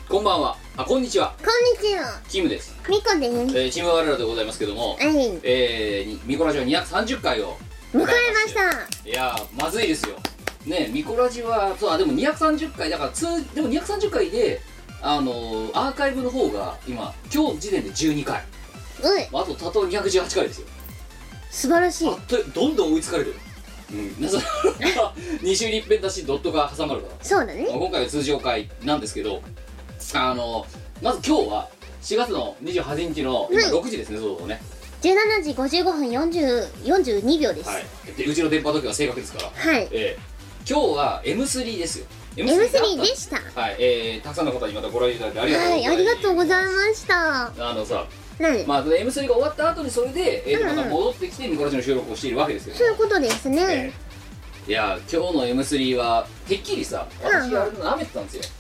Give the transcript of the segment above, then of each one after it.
こんばんは。あ、こんにちは。 こんにちは。 キムです。 ミコです。 チーム我らでございますけども、 はい。 ミコラジは230回を迎えました。 いやー、まずいですよ。ね、ミコラジは、そう、でも230回、だからでも230回で、アーカイブの方が、今日時点で12回。あと、たと218回ですよ。 素晴らしい。 どんどん追いつかれてる。2週に一遍だし、ドットが挟まるから。 そうだね。 今回は通常回なんですけど、まず今日は4月の28日の今6時ですね、そうね。 17時55分42秒です。 はい。で、うちの電波時計は正確ですから。 はい。 今日は M3 ですよ。 M3 でした。 はい。たくさんの方にまたご来場いただいてありがとうございます。 はい、ありがとうございました。 まあ M3 が終わった後にそれで、また戻ってきてミコラジの収録をしているわけですよ。 そういうことですね。 いや、今日の M3 はてっきりさ、私あれ舐めてたんですよ。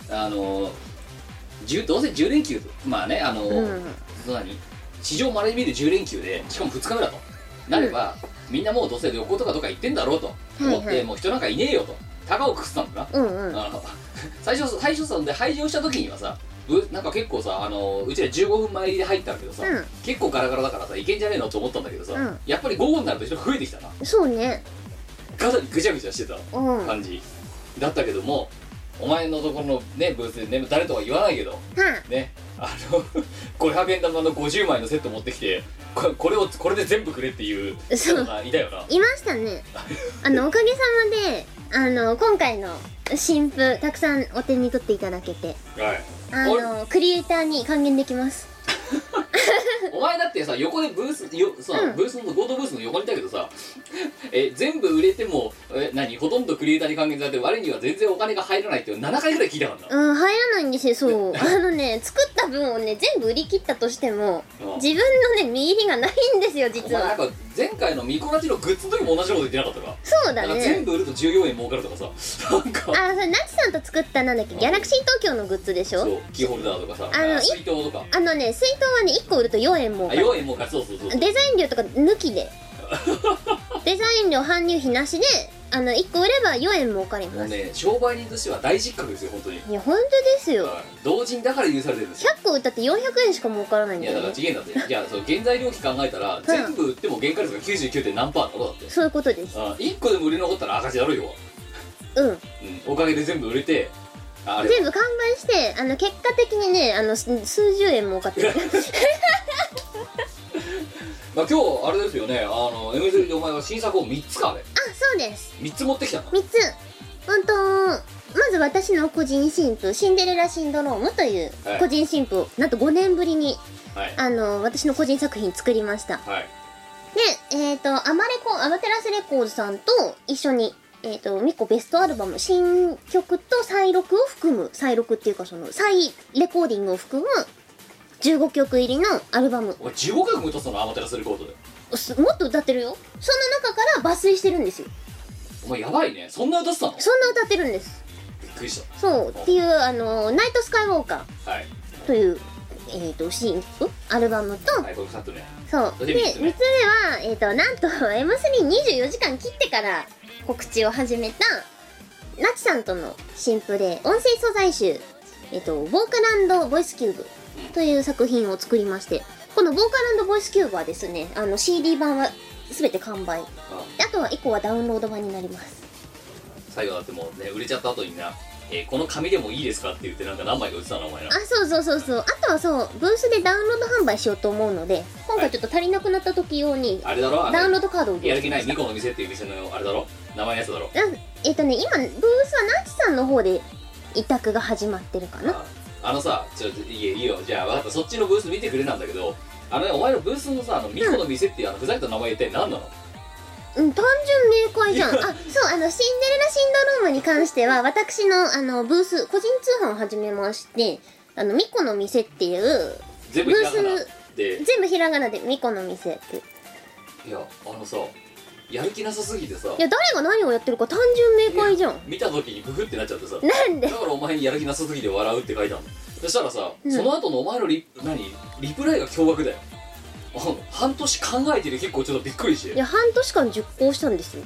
どうせ10連休、まあね、地上まれに見る10連休で、しかも2日目だとなれば、みんなもうどうせ旅行とか行ってんだろうと思って、もう人なんかいねえよと高をくくってたんだな。最初さんで廃場した時にはさ、なんか結構さ、うちら15分前入りで入ったんだけどさ、結構ガラガラだからさ、いけんじゃねえのと思ったんだけどさ、やっぱり午後になると人増えてきたな。 そうね。 かなりぐちゃぐちゃしてた感じだったけども、お前のところのねブースでね、誰とは言わないけど、ね、500円玉の50枚のセット持ってきて、これで全部くれっていう人がいたよな。 いましたね。おかげさまで今回の新譜たくさんお手に取っていただけて、クリエイターに還元できます。 お前だってさ、横でブースの合同ブースの横にいたけどさ、全部売れてもほとんどクリエイターに還元されて、我には全然お金が入らないっていう7回ぐらい聞いたからな。 入らないんですよ。そう作った分をね全部売り切ったとしても、自分のね見入りがないんですよ、実は。 なんか前回のミコラジのグッズの時も同じこと言ってなかったか。 そうだね。 全部売ると14円儲かるとかさ、なんかそれナチさんと作ったなんだっけ、ギャラクシー東京のグッズでしょ。そう、 キーホルダーとかさ、水筒とか。 水筒はね1個売ると4円儲かる。 4円儲かる。そう。 デザイン料とか抜きでデザイン料搬入費なしで1個売れば4円儲かります。 もうね、商売人としては大失格ですよ、本当に。 いや本当ですよ。 同人だから許されてるんですよ。 100個売ったって400円しか儲からないんだよね。 いやだから違えんだって。じゃあ原材料費考えたら全部売っても原価率が 99. 何パーとかだって。 そういうことです。 1個でも売れ残ったら赤字だろよ。おかげで全部売れて、 全部完売して、結果的にね数十円儲かってる。 まあ今日あれですよね、M3 でお前は新作を3つか。 そうです。 3つ持ってきたの。 3つ。まず私の個人新譜シンデレラシンドロームという個人新譜をなんと5年ぶりに、私の個人作品作りました。でアマテラスレコーズさんと一緒にミコベストアルバム新曲と再録を含む、再録っていうか再レコーディングを含む15曲入りのアルバム。 お前15曲も歌ったの、アマテラスレコードで。 もっと歌ってるよ。その中から抜粋してるんですよ。 お前やばいね、そんな歌ってたの。 そんな歌ってるんです。 びっくりした。 そうっていうナイトスカイウォーカーという新アルバムと、そうで3つ目はなんと M324 時間切ってから告知を始めたナチさんとの新譜で音声素材集ボーカル&ボイスキューブという作品を作りまして、このボーカル&ボイスキューブはですねCD 版は全て完売で、あとは1個はダウンロード版になります。 最後だってもうね、売れちゃった後にな、この紙でもいいですかって言ってなんか何枚か売ってたな、お前な。 そうあとはブースでダウンロード販売しようと思うので、今回ちょっと足りなくなった時用にあれだろ、 ダウンロードカードをやる気ないミコの店っていう店のあれだろ、名前のやつだろ。 今ブースはナチさんの方で委託が始まってるかな。 いいよ、じゃあ分かった、そっちのブース見てくれなんだけど、お前のブースのさ、ミコの店っていうふざけた名前一体何なの。 単純明快じゃん。シンデレラシンドロームに関しては私のブース個人通販を始めまして、ミコの店っていう全部ひらがなで、 全部ひらがなでミコの店って。 いややる気なさすぎてさ、 いや誰が何をやってるか単純明快じゃん。 見た時にグフってなっちゃってさ、 なんでだからお前にやる気なさすぎて笑うって書いてあるの。そしたらさ、その後のお前のリプライが驚愕だよ。半年考えてる、結構ちょっとびっくりして。 いや半年間熟考したんですよ。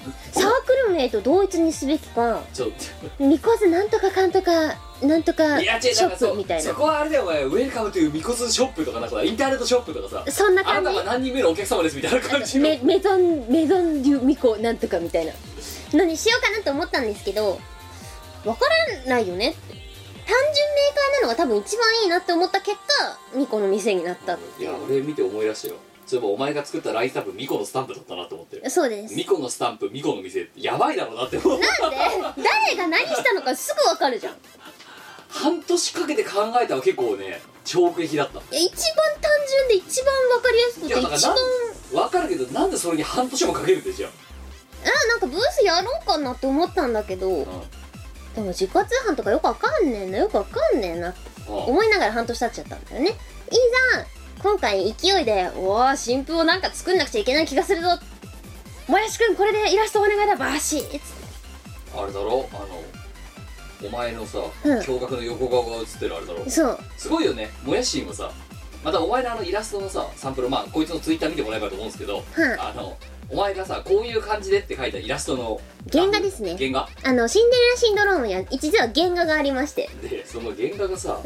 サークル名と同一にすべきか、ミコズなんとかかんとかなんとかショップみたいな。 そこはあれだよお前、ウェルカムというミコズショップとかなんかインターネットショップとかさ、 そんな感じ。 あなたは何人目のお客様ですみたいな感じのメゾンデュミコなんとかみたいなのにしようかなと思ったんですけど、わからないよねって、単純明快なのが多分一番いいなって思った結果ミコの店になったっていう。 いや俺見て思い出したよ、そういえばお前が作ったラインスタンプミコのスタンプだったなと思って。 そうです。 ミコのスタンプミコの店ってやばいだろうなって思う。 なんで誰が何したのかすぐわかるじゃん。 半年かけて考えたら結構ね超撃だった。 いや一番単純で一番わかりやすくて一番わかるけど、なんでそれに半年もかけるんでじゃん。 なんかブースやろうかなって思ったんだけど、でも自家通販とかよくわかんねえなって思いながら半年経っちゃったんだよね。いざ今回勢いで新譜をなんか作んなくちゃいけない気がするぞ、もやしくんこれでイラストお願いだバシッつって、 あれだろ、お前のさ、驚愕の横顔が映ってるあれだろ。 そうすごいよね。もやしもさ、またお前のイラストのさサンプル、まあこいつのツイッター見てもらえばと思うんですけど、お前がさこういう感じでって書いたイラストの原画ですね。 原画、 シンデレラシンドロームには実は原画がありまして、 でその原画がさ、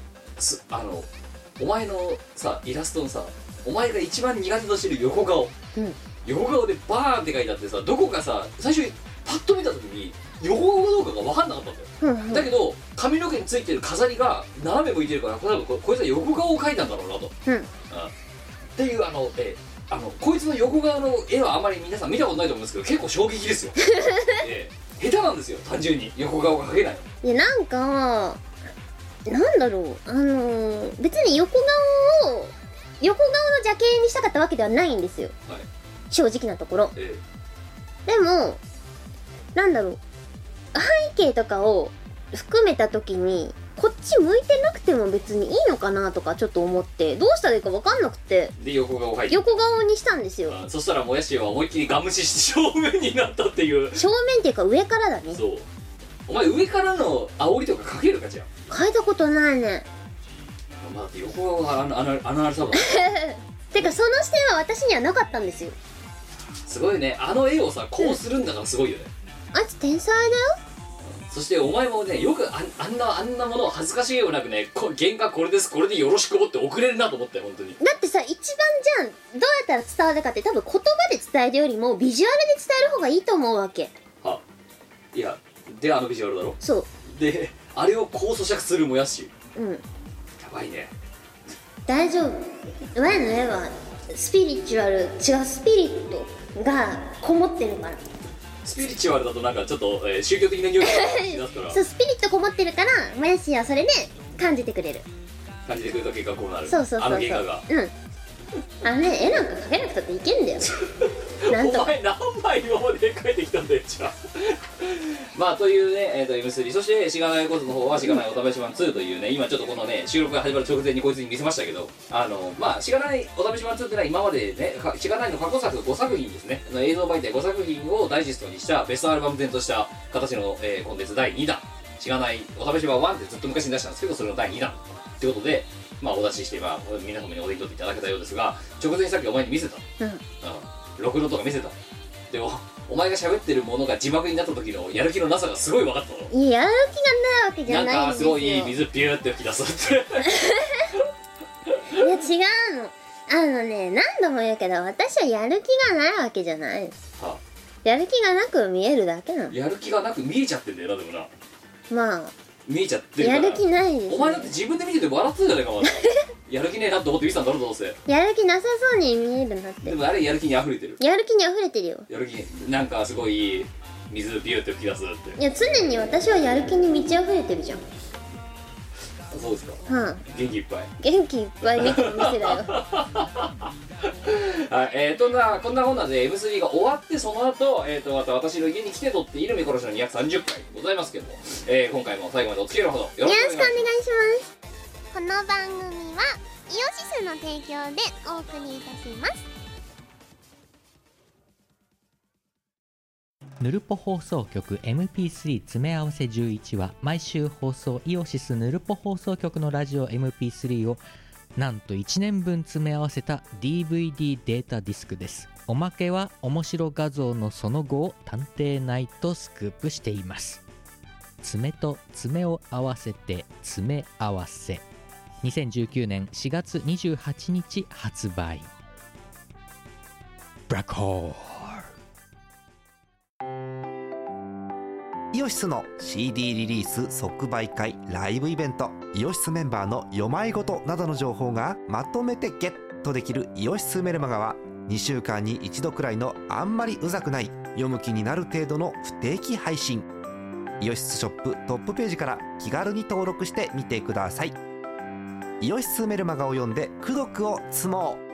お前のさイラストのさ、お前が一番苦手としてる横顔、横顔でバーンって書いてあってさ、どこかさ最初パッと見た時に横顔かどうかが分かんなかったんだよ、だけど髪の毛についてる飾りが斜め向いてるから、多分こいつは横顔を描いたんだろうなと、っていうこいつの横顔の絵はあんまり皆さん見たことないと思うんですけど、結構衝撃ですよ、下手なんですよ単純に横顔が描けない。 いやなんかなんだろう、別に横顔の邪形にしたかったわけではないんですよ、正直なところ、でもなんだろう、背景とかを含めた時にこっち向いてなくても別にいいのかなとかちょっと思って、どうしたらいいか分かんなくて、 で横顔を描いて横顔にしたんですよ。 そしたらもやしは思いっきりガムシして正面になったっていう。 正面っていうか上からだね。 そう、お前上からの煽りとか描けるかじゃん。 描いたことないね。 まあだって横顔が穴あれさもてかその視点は私にはなかったんですよ。 すごいね、あの絵をさこうするんだからすごいよね、 あいつ天才だよ。 そしてお前もね、よくあんなものを恥ずかしげもなくね、原画これです、これでよろしくって送れるなと思ったよ本当に。 だってさ、一番じゃん、どうやったら伝わるかって、多分言葉で伝えるよりもビジュアルで伝える方がいいと思うわけ。 いやでビジュアルだろ。 そうであれをこう咀嚼するもやし、やばいね。 大丈夫、前の絵はスピリチュアル、違う、スピリットがこもってるから。 スピリチュアルだとなんかちょっと、宗教的な匂いがしだすからそう、スピリットこもってるから、もやしはそれで感じてくれると結果こうなる。 そうあの原画があれね、絵なんか描けなくたっていけんだよなんとお前何枚今まで描いてきたんだよじゃあまあというね、M3、そしてしがないことの方はしがないお試し版2というね、今ちょっとこのね収録が始まる直前にこいつに見せましたけど、まあしがないお試し版2っていうのは今までねしがないの過去作5作品ですね、映像媒体5作品をダイジェストにしたベストアルバム前とした形の、コンテンツ第2弾、しがないお試し版1ってずっと昔に出したんですけど、それの第2弾ということでまあお出しして、皆様にお手に取っていただけたようですが、直前にさっきお前に見せた、ろくろとか見せた。でもお前が喋ってるものが字幕になった時のやる気のなさがすごい分かったの。 いや、やる気がないわけじゃないんですよ。 なんかすごい水ピューって吹き出すっていや違うの、ね、何度も言うけど私はやる気がないわけじゃない、やる気がなく見えるだけなの。 やる気がなく見えちゃってんだよな。でもな、 まあ見えちゃってるからやる気ないです、ね、 お前だって自分で見てて笑ってたじゃないかまだやる気ねえなって思って見てたんだろどうせ。 やる気なさそうに見えるなって。 でもあれやる気に溢れてる。 やる気に溢れてるよ。 やる気なんかすごい水ビューって吹き出すって。 いや常に私はやる気に満ち溢れてるじゃん。 そうですか。元気いっぱい。 元気いっぱい見てる店だよはい、こんなこんなで M3 が終わってその後、また私の家に来て撮っているミコロシの230回ございますけども、今回も最後までお付き合いのほどよろしくお願いします。 この番組はイオシスの提供でお送りいたします。 ヌルポ放送局 MP3 詰め合わせ11は毎週放送イオシスヌルポ放送局のラジオ MP3 をなんと1年分詰め合わせた DVD データディスクです。おまけは面白画像のその後を探偵ナイトスクープしています。爪と爪を合わせて詰め合わせ、2019年4月28日発売。ブラックホール。 イオシスの CD リリース即売会ライブイベント、イオシスメンバーの読まいごとなどの情報がまとめてゲットできるイオシスメルマガは、2週間に1度くらいのあんまりうざくない読む気になる程度の不定期配信。イオシスショップトップページから気軽に登録してみてください。イオシスメルマガを読んで功徳を積もう。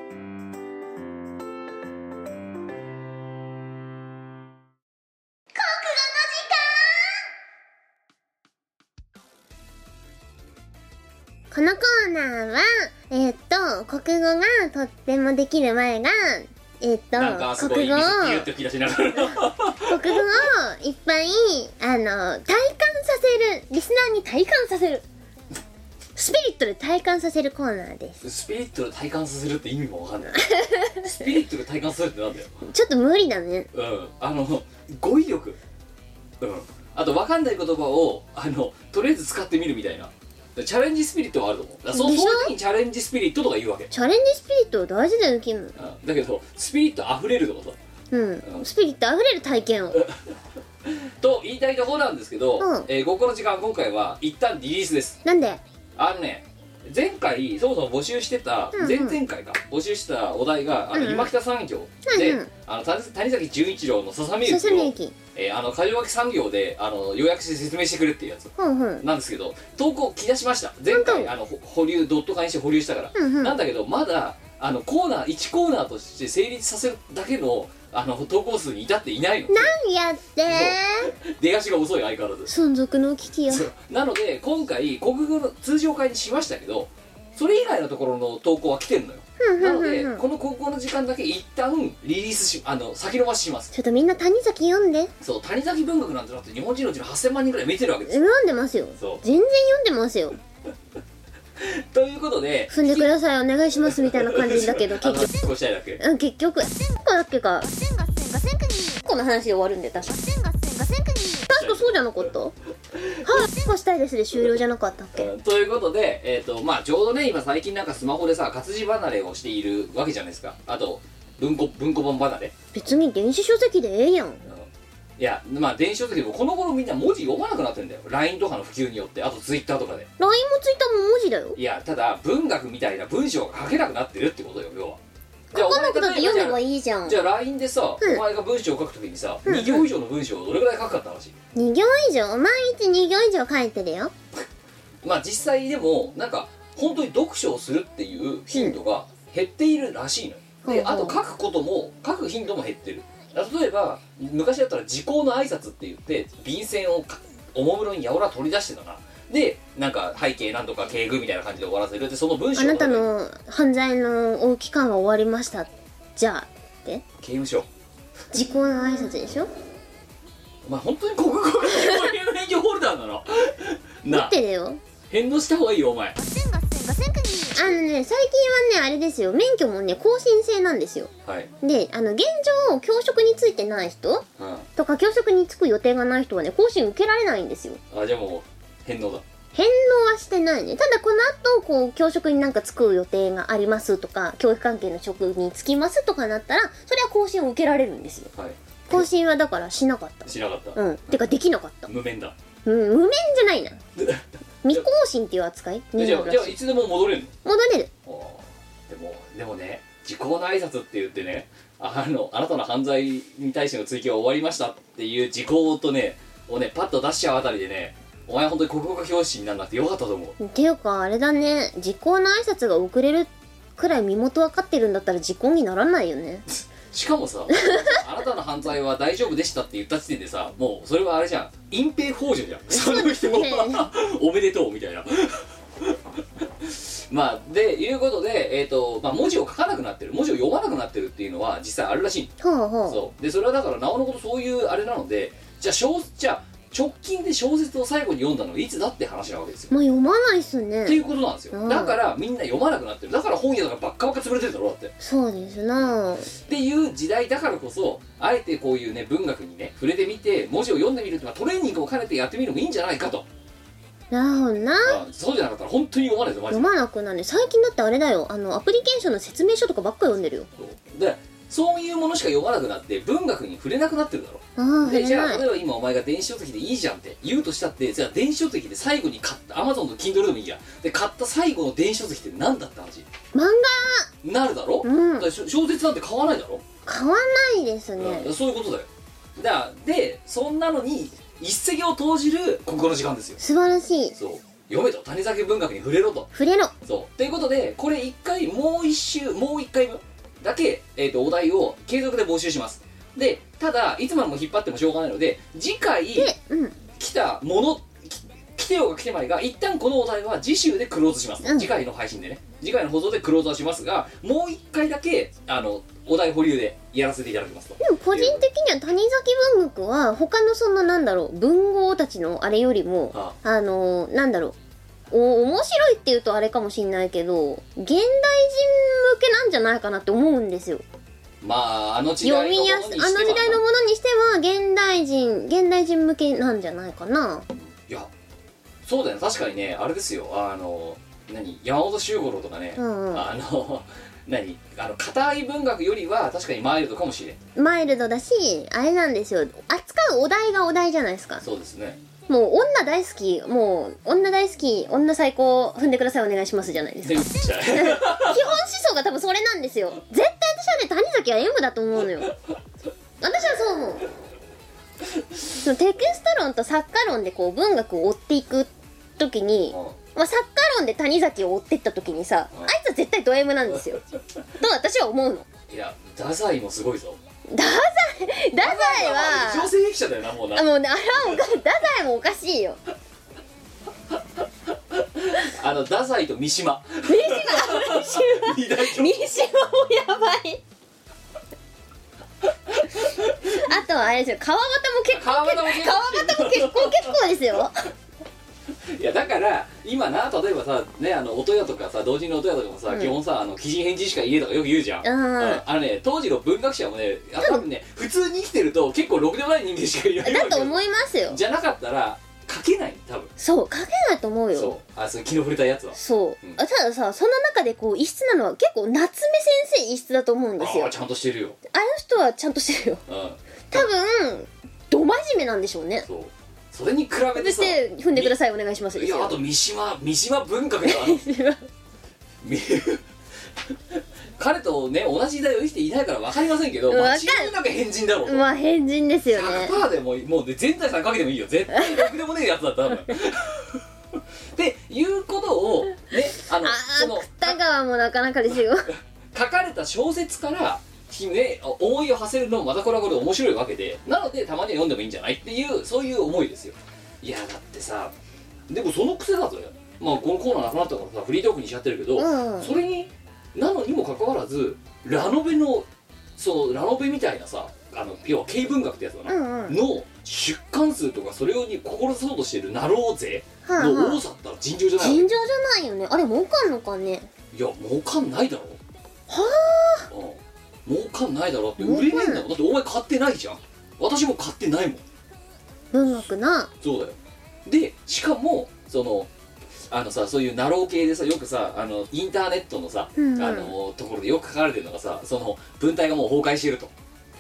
このコーナーは、国語がとってもできる前が、 なんかすごい国語をギュッと吹き出しながら国語をいっぱい、体感させる、リスナーに体感させる。スピリットで体感させるコーナーです。 スピリットで体感させるって意味もわかんないスピリットで体感させるってなんだよ。 ちょっと無理だね。 語彙力、あと分かんない言葉をとりあえず使ってみるみたいなチャレンジスピリットはあると思う。そういう時にチャレンジスピリットとか言うわけ。 チャレンジスピリット大事だよキム。 だけどスピリット溢れるとかさ、 スピリット溢れる体験をと言いたいところなんですけど、ここの時間今回は一旦リリースです。 なんで前回そもそも募集してた、前々回か募集したお題が今北産業で、谷崎潤一郎のささみゆきをかよわき産業で要約して説明してくれっていうやつなんですけど、投稿来だしました。前回保留ドット化にして保留したから、なんだけどまだコーナー1コーナーとして成立させるだけの投稿数に至っていないの。 何やって出足が遅い相変わらず存続の危機よ。 なので今回国語の通常会にしましたけど、それ以外のところの投稿は来てるのよ。なのでこの国語の時間だけ一旦リリース先延ばしします。 ちょっとみんな谷崎読んで。 そう、谷崎文学なんてだって日本人のうちの8000万人ぐらい見てるわけですよ。 読んでますよ。全然読んでますよということで踏んでくださいお願いしますみたいな感じだけど結局こうしたいだけ。 結局こだっけかこの話で終わるんで確かそうじゃなかったはいしたいですで終了じゃなかったっけ。 ということでちょうどね今最近なんかスマホでさ活字離れをしているわけじゃないですか。あと文庫本離れ。 別に電子書籍でええやん。 いや電子書籍でもこの頃みんな文字読まなくなってんだよ。 LINE とかの普及によって。あと Twitter とかで LINE も Twitter も文字だよ。 いやただ文学みたいな文章が書けなくなってるってことよ要は。 書かなくなって読めばいいじゃん。 じゃあ LINE でさ、お前が文章を書くときにさ、2行以上の文章をどれぐらい書くかって話。 2行以上毎日2行以上書いてるよ実際でもなんか本当に読書をするっていう頻度が減っているらしいのよ。であと書く頻度も減ってる。例えば昔だったら時効の挨拶って言って便箋をおもむろにやおら取り出してたな。でなんか背景なんとか敬具みたいな感じで終わらせる。でその文章あなたの犯罪の期間が終わりましたじゃあって刑務所時効の挨拶でしょ。 お前本当に国語がこういう免許ホルダーなの持ってるよ。 返納した方がいいよお前。 最近はねあれですよ、免許もね更新制なんですよ。で現状教職についてない人、とか教職に就く予定がない人はね更新受けられないんですよ。 じゃあもう返納だ。 返納はしてないね。ただこの後教職になんか就く予定がありますとか教育関係の職に就きますとかなったらそれは更新を受けられるんですよ。更新はだからしなかった。てかできなかった。 無免だ。 無免じゃないな未更新っていう扱い。 じゃあいつでも戻れるの。 戻れる。 でもね時効の挨拶って言ってねあなたの犯罪に対しての追及は終わりましたっていう時効とねをねパッと出しちゃうあたりでね、お前本当に国語科教師にならなくてよかったと思う。 っていうかあれだね、時効の挨拶が遅れるくらい身元分かってるんだったら時効にならないよねしかもさあなたの犯罪は大丈夫でしたって言った時点でさ、もうそれはあれじゃん、隠蔽幇助じゃんその人はおめでとうみたいなでいうことで、文字を書かなくなってる、文字を読まなくなってるっていうのは実際あるらしい。そうでそれはだからなおのことそういうあれなので、じゃあ直近で小説を最後に読んだのはいつだって話なわけですよ。 まあ読まないっすねっていうことなんですよ。だからみんな読まなくなってる。だから本屋とかばっかばっか潰れてるだろうだって。 そうですなっていう時代だからこそ、あえてこういうね文学にね触れてみて文字を読んでみるっていうのはトレーニングを兼ねてやってみるのもいいんじゃないかと。 なるほどな。 そうじゃなかったら本当に読まないですよマジで。 読まなくなるね。最近だってあれだよ、アプリケーションの説明書とかばっか読んでるよ。 でそういうものしか読まなくなって文学に触れなくなってるだろ。でじゃあ例えば今お前が電子書籍でいいじゃんって言うとしたって、じゃあ電子書籍で最後に買った Amazon の Kindle でもいいやで買った最後の電子書籍って何だった話漫画なるだろ、だから小説なんて買わないだろ。 買わないですね、 そういうことだよ。でそんなのに一石を投じる国語の時間ですよ。 素晴らしい。 そう読めと、谷崎文学に触れろと。 触れろ。 そうということで、これ一回もう一回分だけ、お題を継続で募集します。でただいつまでも引っ張ってもしょうがないので、次回来たもの来てようが来てまいが一旦このお題は次週でクローズします、次回の配信でね、次回の放送でクローズはしますが、もう一回だけお題保留でやらせていただきますと。 でも個人的には谷崎文学は他のそのなんだろう文豪たちのあれよりもなんだろう面白いっていうとあれかもしんないけど現代人向けなんじゃないかなって思うんですよ。 まあ読みやすあの時代のものにしては現代人向けなんじゃないかな。 いやそうだよ、確かにね。あれですよ、山本周五郎とかね、硬い文学よりは確かにマイルドかもしれん。 マイルドだしあれなんですよ、扱うお題がお題じゃないですか。 そうですね。 もう女大好き、女最高踏んでくださいお願いしますじゃないですか。基本思想が多分それなんですよ。絶対私はね谷崎は M だと思うのよ。私はそう思う。そのテクスト論と作家論でこう文学を追っていくときに、作家論で谷崎を追っていったときにさ、あいつは絶対ド M なんですよと私は思うの。 いや太宰もすごいぞ。 太宰は女性記者だよな、もうな。 もうね、あれは太宰もおかしいよ。 太宰と三島もやばい。あとはあれですよ、川端も結構ですよ。 いやだから今な、例えばさね、音屋とかさ、同人の音屋とかもさ、基本さ奇人返事しか言えとかよく言うじゃん。当時の文学者もね、多分ね普通に生きてると結構ろくでもない人間しかいないだと思いますよ。 じゃなかったら書けない、多分。 そう書けないと思うよ。 そう気の触れたやつはそう、たださ、その中でこう異質なのは結構夏目先生異質だと思うんですよ。 ちゃんとしてるよ。 あの人はちゃんとしてるよ。多分ど真面目なんでしょうね。 それに比べてさ、 踏んでくださいお願いしますですよ。 いやあと三島文学だ彼とね同じ時代を生きていないから分かりませんけど、間違いなく変人だろうと。 まあ変人ですよね。 100%でもう全財産かけてもいいよ、絶対ろくでもねえやつだった多分っていうことをね、その芥川もなかなかですよ書かれた小説からね、思いを馳せるのもまたこれはこれで面白いわけで、なのでたまには読んでもいいんじゃないっていう、そういう思いですよ。いやだってさ、でもその癖だぞよ。まあこのコーナーなくなったからさフリートークにしちゃってるけど、それになのにもかかわらずラノベみたいなさ、要は軽文学ってやつだな、の出版数とかそれに志そうとしてるなろうぜの多さったら尋常じゃない。 尋常じゃないよね。あれ儲かんのかね。 いや儲かんないだろ。儲かんないだろって、売れねえんだもん。だってお前買ってないじゃん。私も買ってないもん。 文学な。 そうだよ。でしかもそういうナロー系でさ、よくさインターネットのさ、ところでよく書かれてるのがさ、その文体がもう崩壊してると。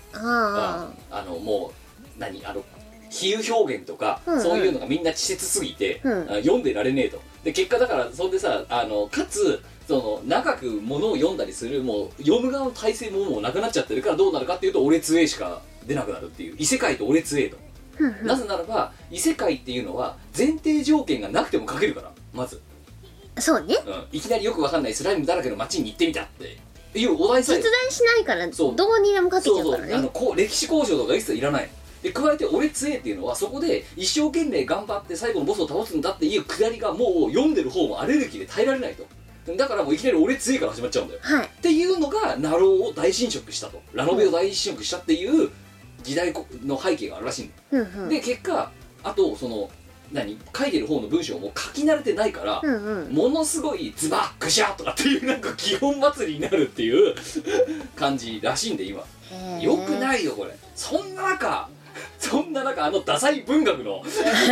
もう比喩表現とか、そういうのがみんな稚拙すぎて、読んでられねえと。で結果だからそれでさかつ長くものを読んだりする、もう読む側の体制ももうなくなっちゃってるから、どうなるかっていうと俺強えしか出なくなるっていう、異世界と俺強えと。なぜならば異世界っていうのは前提条件がなくても書けるから、まずそうね、 いきなりよくわかんないスライムだらけの街に行ってみたっていうお題さえ実在しないから、どうにでも書けちゃうからね。 歴史交渉とか一切いらない。で加えて俺強えっていうのは、そこで一生懸命頑張って最後のボスを倒すんだっていうくだりがもう読んでる方もアレルギーで耐えられないと。だからもういきなり俺強いから始まっちゃうんだよ、っていうのがナローを大侵食したと、ラノベを大侵食したっていう時代の背景があるらしいんだ、で結果あとその書いてる方の文章も書き慣れてないから、ものすごいズバッグシャッとかっていうなんか基本祭りになるっていう感じらしいんで今。よくないよこれ。そんな中あのダサい文学の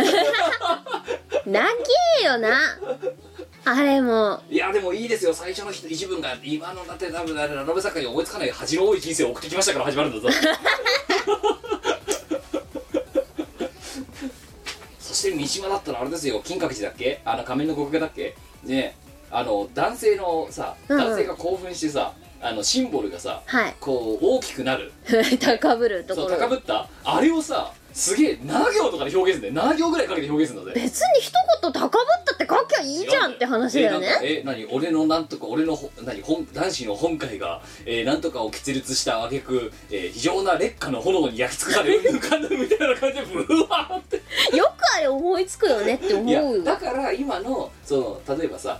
長えよなあれも。 いやでもいいですよ、最初の一文が今のだって多分ラノベ作家に思いつかない恥の多い人生を送ってきましたから始まるんだぞそして三島だったらあれですよ、金閣寺だっけ、仮面の極楽だっけね、男性のさ、男性が興奮してさ、シンボルがさ、 はい、 こう大きくなる高ぶるところ、 そう高ぶったあれをさ、すげえ7行とかで表現するんだよ。7行ぐらいかけて表現するんだぜ。 別に一言高ぶったって書きゃいいじゃんって話だよね。 何俺のなんとか俺の男子の本会が、なんとかを決裂した挙句、非常な烈火の炎に焼き尽くされるかんだみたいな感じでブワーってよくあれ思いつくよねって思うよ。 いやだから今のその例えばさ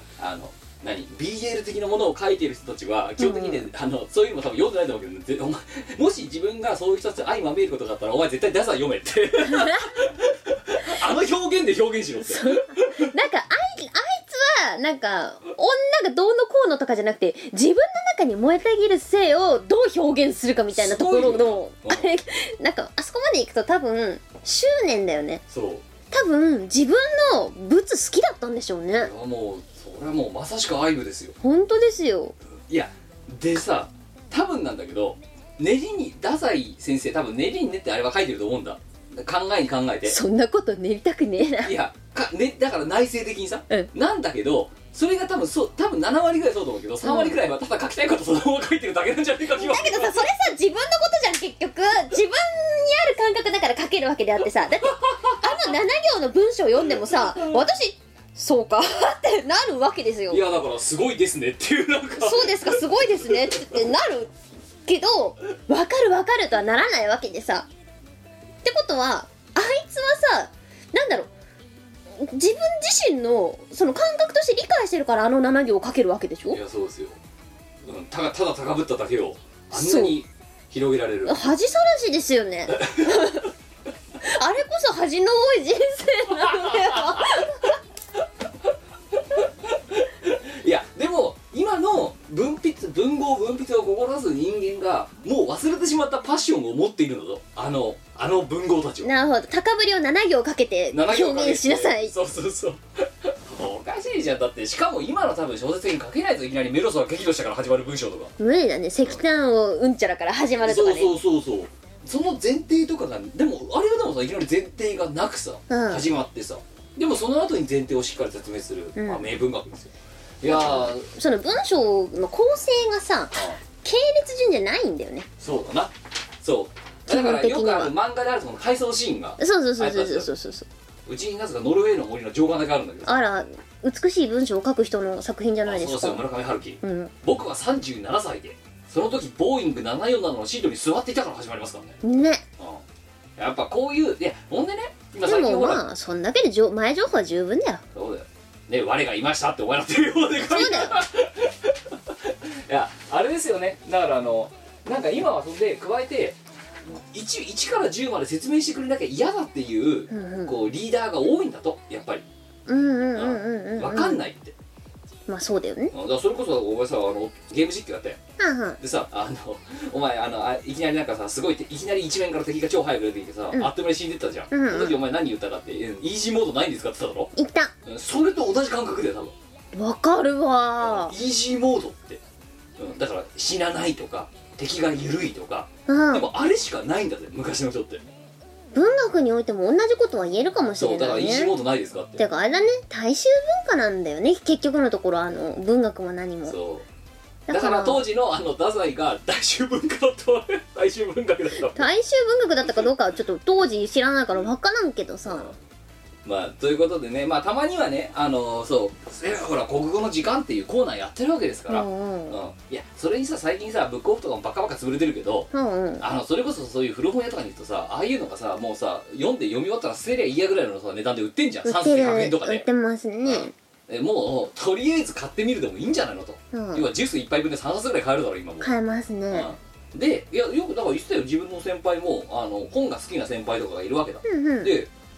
BL 的なものを書いてる人たちは基本的にね、そういうのも多分読んでないと思うけど、お前もし自分がそういう人たちと相まみえることがあったらお前絶対ダサ読めってあの表現で表現しろってなんかあいつはなんか女がどうのこうのとかじゃなくて、自分の中に燃えたぎる性をどう表現するかみたいなところのあれなんかあそこまでいくと多分執念だよね。 そう多分自分の物好きだったんでしょうね。 もうそれはもうまさしく愛部ですよ。 本当ですよ。 いやでさ、多分なんだけど練りに太宰先生多分練りに練ってあれは書いてると思うんだ。考えてそんなこと練りたくねえな。 いやだから内省的にさ、なんだけどそれが多分7割ぐらいそうと思うけど、3割ぐらいはただ書きたいことそのまま書いてるだけなんじゃねえか気は。 だけどさ、それさ自分のことじゃん結局。自分にある感覚だから書けるわけであってさ、だって7行の文章を読んでもさ、私そうかってなるわけですよ。 いやだからすごいですねっていうなんかそうですかすごいですねってなるけど、分かるとはならないわけでさ。ってことはあいつはさ、なんだろう、自分自身のその感覚として理解してるから7行を書けるわけでしょ。 いやそうですよ、ただ高ぶっただけをあんなに広げられる恥さらしですよねあれこそ恥の多い人生なのよいやでも今の文豪文筆を志す人間がもう忘れてしまったパッションを持っているのぞ、あの文豪たちは。 なるほど、高ぶりを7行かけて表現しなさい。 そうおかしいじゃん。だってしかも今の多分小説に書けないといきなりメロスは激怒したから始まる文章とか無理だね。石炭をうんちゃらから始まるとかね。 そうその前提とかがでもあれはでもさ、いきなり前提がなくさ、始まってさ、でもその後に前提をしっかり説明する、名文学ですよ。いやその文章の構成がさ、系列順じゃないんだよね。 そうだな。そうだからよく漫画であるその回想シーンがそううちになぜかノルウェーの森の上眼だけあるんだけど、 あら美しい文章を書く人の作品じゃないですか。 そうですよ、村上春樹、僕は37歳でその時ボーイング747のシートに座っていたから始まりますからね。やっぱこういう、いやほんでね、今最近ほらでもまあそんだけで前情報は十分だよ。 そうだよね、我がいましたってお前らっていうようで書いてあるいやあれですよね。だからなんか今はそれで加えて 1から10まで説明してくれなきゃ嫌だっていう、こうリーダーが多いんだとやっぱり分かんないって。 まあそうだよね。 だからそれこそお前さゲーム実況やってでさお前いきなりなんかさすごいいきなり一面から敵が超早く出てきてさ、あっという間に死んでったじゃん。その時お前何言ったかってイージーモードないんですかって言っただろ。 言った。 それと同じ感覚だよ多分。 わかるわ。 イージーモードって、だから死なないとか敵が緩いとか、でもあれしかないんだぜ昔の人って。 文学においても同じことは言えるかもしれないね。 そうだからイージーモードないですかって。 てかあれだね、大衆文化なんだよね結局のところ。文学も何もそうだから当時の太宰が大衆文化だと大衆文学だった大衆文学だったかどうかはちょっと当時知らないから分からんけどさ、 まあということでね、まあたまにはねそうほら国語の時間っていうコーナーやってるわけですから、いやそれにさ最近さブックオフとかもバカバカ潰れてるけど、それこそそういう古本屋とかに行くとさ、ああいうのがさもうさ読み終わったら捨てりゃいいやぐらいのさ値段で売ってんじゃん。3冊100円とかで売ってますね。 もうとりあえず買ってみるでもいいんじゃないのと、要はジュース1杯分で3冊ぐらい買えるだろ今も。 買えますね。 でよくだから言ってたよ、自分の先輩も本が好きな先輩とかがいるわけだ。でいや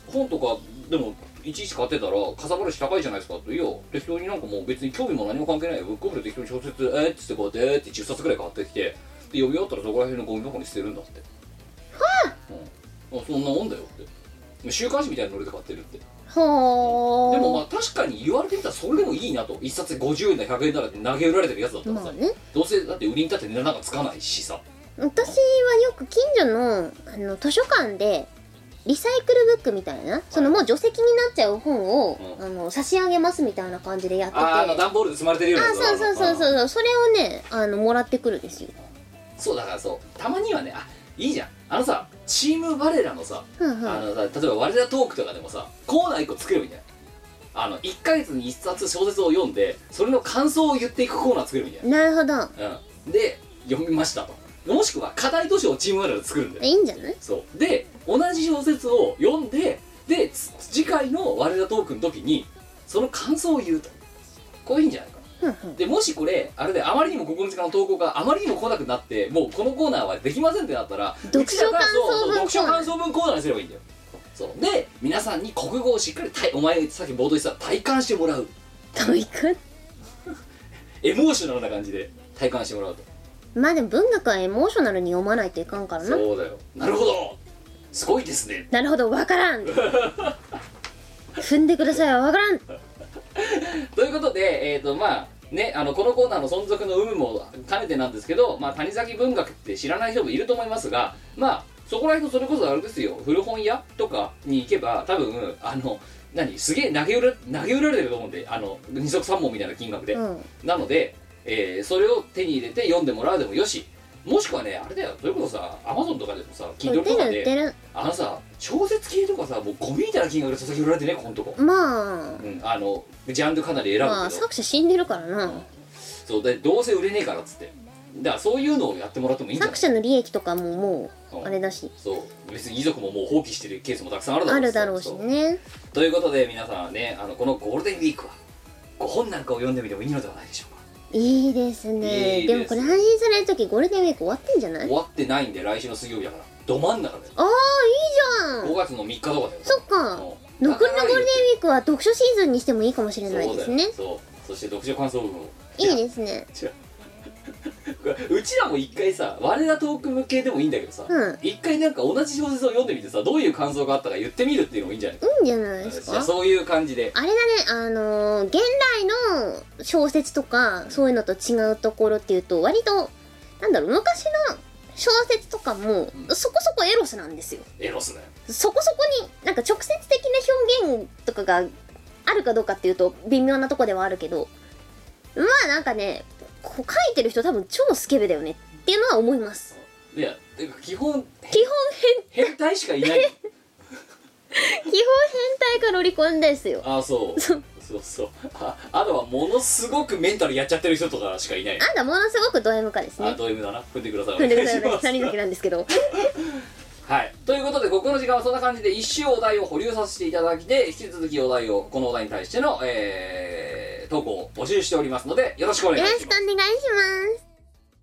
本とかでもいちいち買ってたらかさばるし高いじゃないですかって。いや適当になんかもう別に興味も何も関係ないよ、ブックオフで適当に小説っつってこうやって10冊ぐらい買ってきて、で読み終わったらそこら辺のゴミ箱に捨てるんだって。はあ、そんなもんだよって。週刊誌みたいなノリで買ってるって。 はあ。 でもまあ確かに言われてみたらそれでもいいなと。1冊50円だ100円だって投げ売られてるやつだったらさ、ね、どうせだって売りに立って値段なんかつかないしさ。 私はよく近所の図書館でリサイクルブックみたいな、そのもう除籍になっちゃう本を、差し上げますみたいな感じでやってて、 段ボールで積まれてるようなやつ。 そうそれをねもらってくるんですよ。 そうだからそうたまにはね、いいじゃん、さチーム我らのさ、例えば我らトークとかでもさコーナー1個作るみたいな、1ヶ月に1冊小説を読んでそれの感想を言っていくコーナー作るみたいな。 なるほど。 で読みましたと、もしくは課題図書をチーム我らで作るんだよ。 いいんじゃない。 そうで同じ小説を読んで、で次回の我らトークの時にその感想を言うと、こういいんじゃないか。でもしこれあれであまりにも9日の投稿があまりにも来なくなってもうこのコーナーはできませんってなったら、 読書感想文コーナーにすればいいんだよ。そうで皆さんに国語をしっかりお前さっき冒頭言ってた体感してもらう。 体感エモーショナルな感じで体感してもらうと。 まあでも文学はエモーショナルに読まないといかんからな。 そうだよ。なるほどすごいですね。 なるほどわからん踏んでくださいわからんということでまあね、このコーナーの存続の有無も兼ねてなんですけど、谷崎文学って知らない人もいると思いますが、まあそこら辺のそれこそあれですよ、古本屋とかに行けば多分すげえ投げ売られてると思うんで、二足三文みたいな金額で、なので、それを手に入れて読んでもらうでもよし、もしくはねあれだよ、それこそさアマゾンとかでもさ Kindle とかでさ小説系とかさもうゴミみたいな金額で捧げ売られてね、このとこまあ、 ジャンルかなり選ぶけど、 まあ作者死んでるからな、 そうでどうせ売れねえからっつって、だからそういうのをやってもらってもいいんじゃない。 作者の利益とかももうあれだし、 そう別に遺族ももう放棄してるケースもたくさんあるだろうしね。 ということで皆さんねこのゴールデンウィークは5本なんかを読んでみてもいいのではないでしょうか。 いいですね。でもこれ配信される時ゴールデンウィーク終わってんじゃない。 終わってないんで来週の水曜日だからど真ん中で。 ああいいじゃん。 5月の3日とかだよ。 そっか、残りのゴールデンウィークは読書シーズンにしてもいいかもしれないですね。 そして読書感想文をいいですね。 うちらも一回さ我らトーク向けでもいいんだけどさ、一回なんか同じ小説を読んでみてさどういう感想があったか言ってみるっていうのもいいんじゃない。 いいんじゃないですか。 そういう感じであれだね、現代の小説とかそういうのと違うところっていうと割となんだろう、昔の小説とかもそこそこエロスなんですよ。 エロスね。そこそこになんか直接的な表現とかがあるかどうかっていうと微妙なとこではあるけど、まあなんかねこう書いてる人多分超スケベだよねっていうのは思います。 いや基本変態しかいない基本変態かロリコンですよ。 そうあとはものすごくメンタルやっちゃってる人とかしかいない。 あんたものすごくド M かですね。 ド M だな。踏んでください。 踏んでください。谷崎なんですけどはいということでここの時間はそんな感じで一周お題を保留させていただきで、引き続きこのお題に対しての投稿を募集しておりますのでよろしくお願いします。 よろしくお願いします。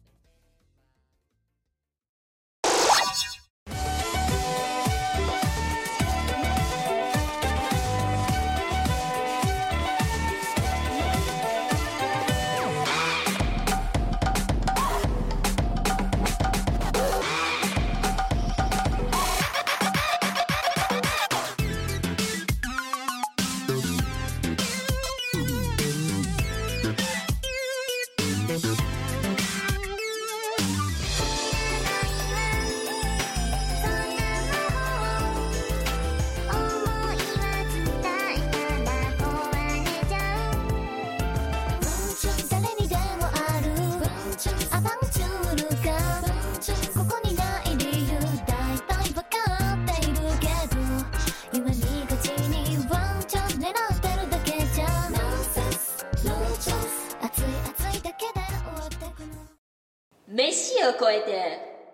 飯を超えて。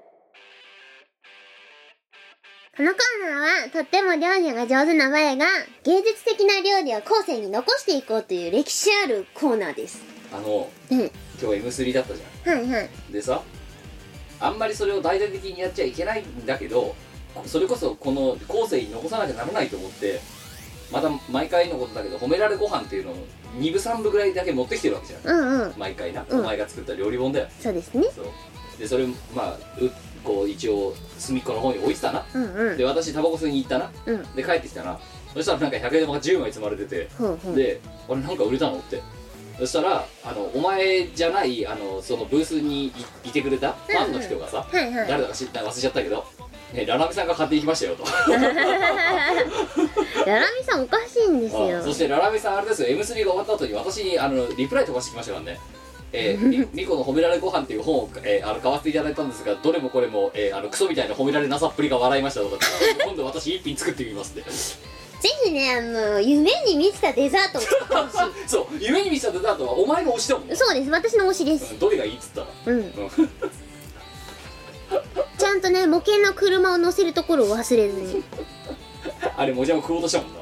このコーナーはとっても料理が上手な我が芸術的な料理を後世に残していこうという歴史あるコーナーです。 今日 M3 だったじゃん。でさあんまりそれを大々的にやっちゃいけないんだけどそれこそこの後世に残さなきゃならないと思って、また毎回のことだけど褒められご飯っていうのを2部3部ぐらいだけ持ってきてるわけじゃん、 うんうん、 毎回な、お前が作った料理本だよ。 そうですね。 そうでそれまあこう一応隅っこの方に置いてたな、 うんうん、 で私タバコ吸いに行ったな、 うん、 で帰ってきたな、そしたらなんか100円玉が10枚積まれてて、であれなんか売れたのって、そしたらお前じゃないそのブースにいてくれたファンの人がさ、 はいはい、 誰だか忘れちゃったけど、ララミさんが買っていきましたよとララミさんおかしいんですよ。 そしてララミさんあれですよ、 M3 が終わった後に私にリプライ飛ばしてきましたからね。ミコの褒められご飯っていう本を、買わせていただいたんですが、どれもこれも、クソみたいな褒められなさっぷりが笑いましたとかって今度私一品作ってみますってぜひね、夢に満ちたデザートを作ってほしいそう、夢に満ちたデザートはお前の推しだもん。 そうです、私の推しです、 どれがいいっつったらちゃんとね、模型の車を乗せるところを忘れずにあれもじゃも食おうとしたもんな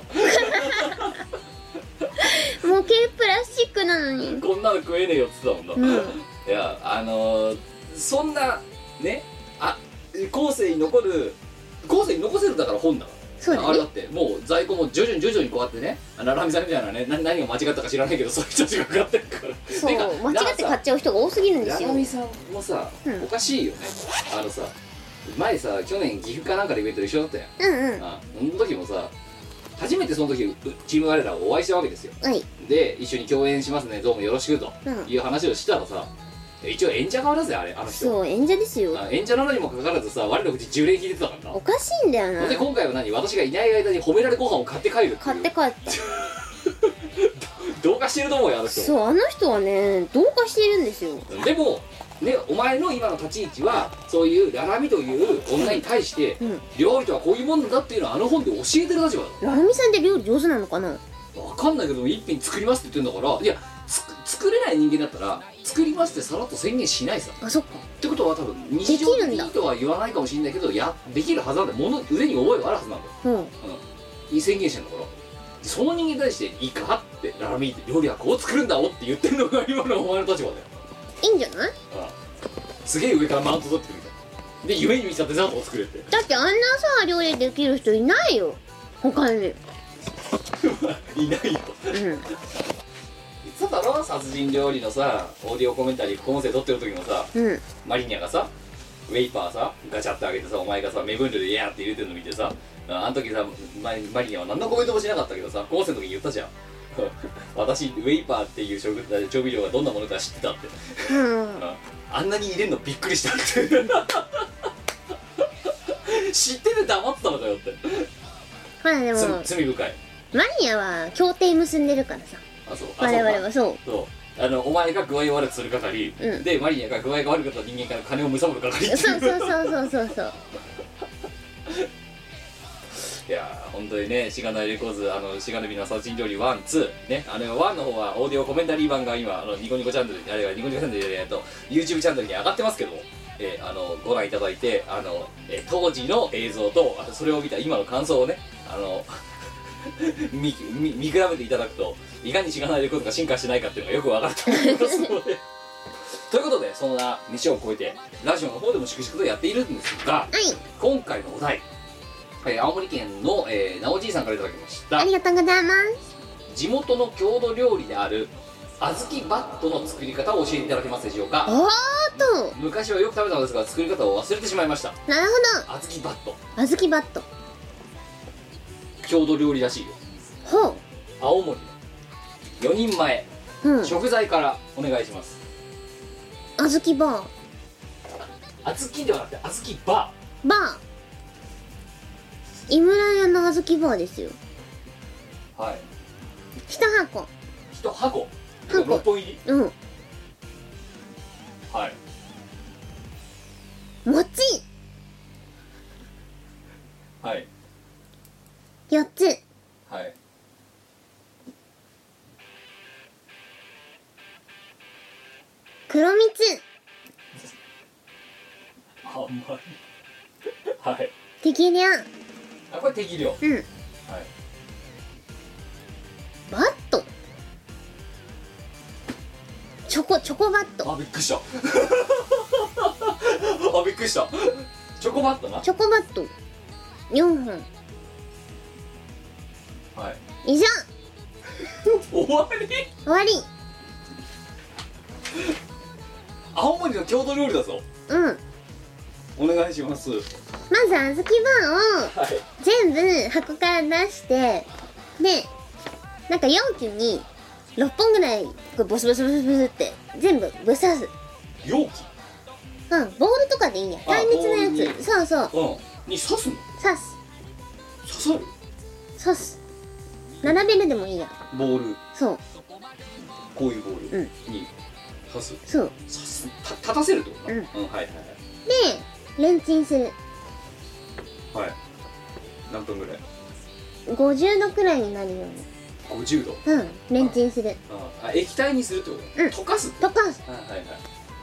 模型プラスチックなのにこんなの食えねえよっつってたもんな、いやそんなね、後世に残せるだから本だから。そうだね、あれだってもう在庫も徐々にこうやってね、ララミさんみたいなね、何が間違ったか知らないけどそういう人たちが買ってるから。 そう間違って買っちゃう人が多すぎるんですよ。 ララミさんもさ、おかしいよね。さ前さ去年岐阜かなんかでイベントで一緒だったよ。その時もさ初めてその時チーム我らお会いしたわけですよ、はい、で一緒に共演しますね、どうもよろしくという話をしたらさ、一応演者側だぜあの人。 そう演者ですよ。 演者なのにもかかわらずさ、我の口10連引いてたからな。 おかしいんだよな。 で今回は私がいない間に褒められご飯を買って帰るっていう。 買って帰ったどうかしてると思うよあの人。 そう、あの人はねどうかしてるんですよ。 でもね、お前の今の立ち位置はそういうララミという女に対して、料理とはこういうもんだっていうのをあの本で教えてる立場だ。 ララミさんって料理上手なのかな。 分かんないけど一品作りますって言ってんだから、いや作れない人間だったら作りますってさらっと宣言しないさ。 あ、そっか。 ってことは多分日常的にとは言わないかもしれないけど、できるはずなんだよ。腕に覚えがあるはずなんだよ。いい宣言してんだから、その人間に対していいかってララミって料理はこう作るんだおって言ってんのが今のお前の立場だよ。 いいんじゃない？ すげえ上からマウント取ってくるみたいな。で夢に見せたデザートを作るって。 だってあんなさ料理できる人いないよ他にいないよ。そうだろ、殺人料理のさオーディオコメンタリー副音声撮ってる時もさ、マリニャがさウェイパーさガチャってあげてさ、お前がさ目分量でイヤーって入れてるの見てさ、あの時さマリニャは何のコメントもしなかったけどさ、副音声の時に言ったじゃん私ウェイパーっていう調味料がどんなものか知ってたって、あんなに入れるのびっくりしたって知ってて黙ってたのかよって。 ほらでも罪深い。 マリニャは協定結んでるからさ。あ、そう。我々はそう。 お前が具合を悪くする係、でマリニャが具合が悪かった人間から金を貪る係っていう。 そういやー本当にね、しがないレコーズしがないビの殺人料理1、2ね、1の方はオーディオコメンタリー版が今ニコニコチャンネル、あれはニコニコチャンネルでYouTube チャンネルに上がってますけども、ご覧いただいて当時の映像とそれを見た今の感想をね見比べていただくと、いかにしがないレコードが進化してないかっていうのがよくわかると思いますのでということで、そんな飯を超えてラジオの方でも粛々とやっているんですが、今回のお題、青森県の、なおじいさんからいただきました。 ありがとうございます。 地元の郷土料理である小豆バットの作り方を教えていただけますでしょうか。昔はよく食べたのですが作り方を忘れてしまいました。 なるほど。 小豆バット。 小豆バット郷土料理らしいよ。 ほう。 青森の4人前、食材からお願いします。 小豆バー。 小豆ではなくて小豆バー。バー。井村屋の小豆バーですよ。 はい。 1箱。 1箱。6本入り。はい。 餅。 はい。 4つ。 はい。 黒蜜。 あんまりはい。 適量。 これ適量。はい。 バット。チョコバット。 あ、びっくりしたびっくりした。チョコバットな。 チョコバット。 4本はい以上。 終わり。 終わり。 青森の郷土料理だぞ。 うん。 お願いします。 まず小豆バーをはい全部箱から出して、でなんか容器に6本ぐらいボスボスボスボスって全部ぶさす。 容器。 うん、ボールとかでいいや。耐熱のやつ。そうそう。 うんに刺すの。 刺す。 刺さる。 刺す。並べるでもいいや。 ボール。 そう。 こういうボールに刺す。 そう。 刺す。立たせるってことだ。 うんはいはいでレンチンする。 はい。何分ぐらい 50度くらいになるように。 ？50度。 うん、レンチンする。 あ、液体にするってこと？ うん溶かす。 溶かす。 はいはいはい。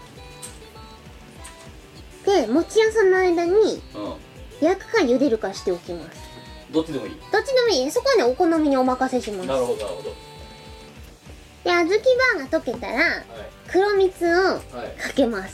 で餅屋さんの間にう焼くか茹でるかしておきます。 ん。どっちでもいい。 どっちでもいい。そこはねお好みにお任せします。 なるほどなるほど。 で小豆バーが溶けたらはい黒蜜をはいかけます。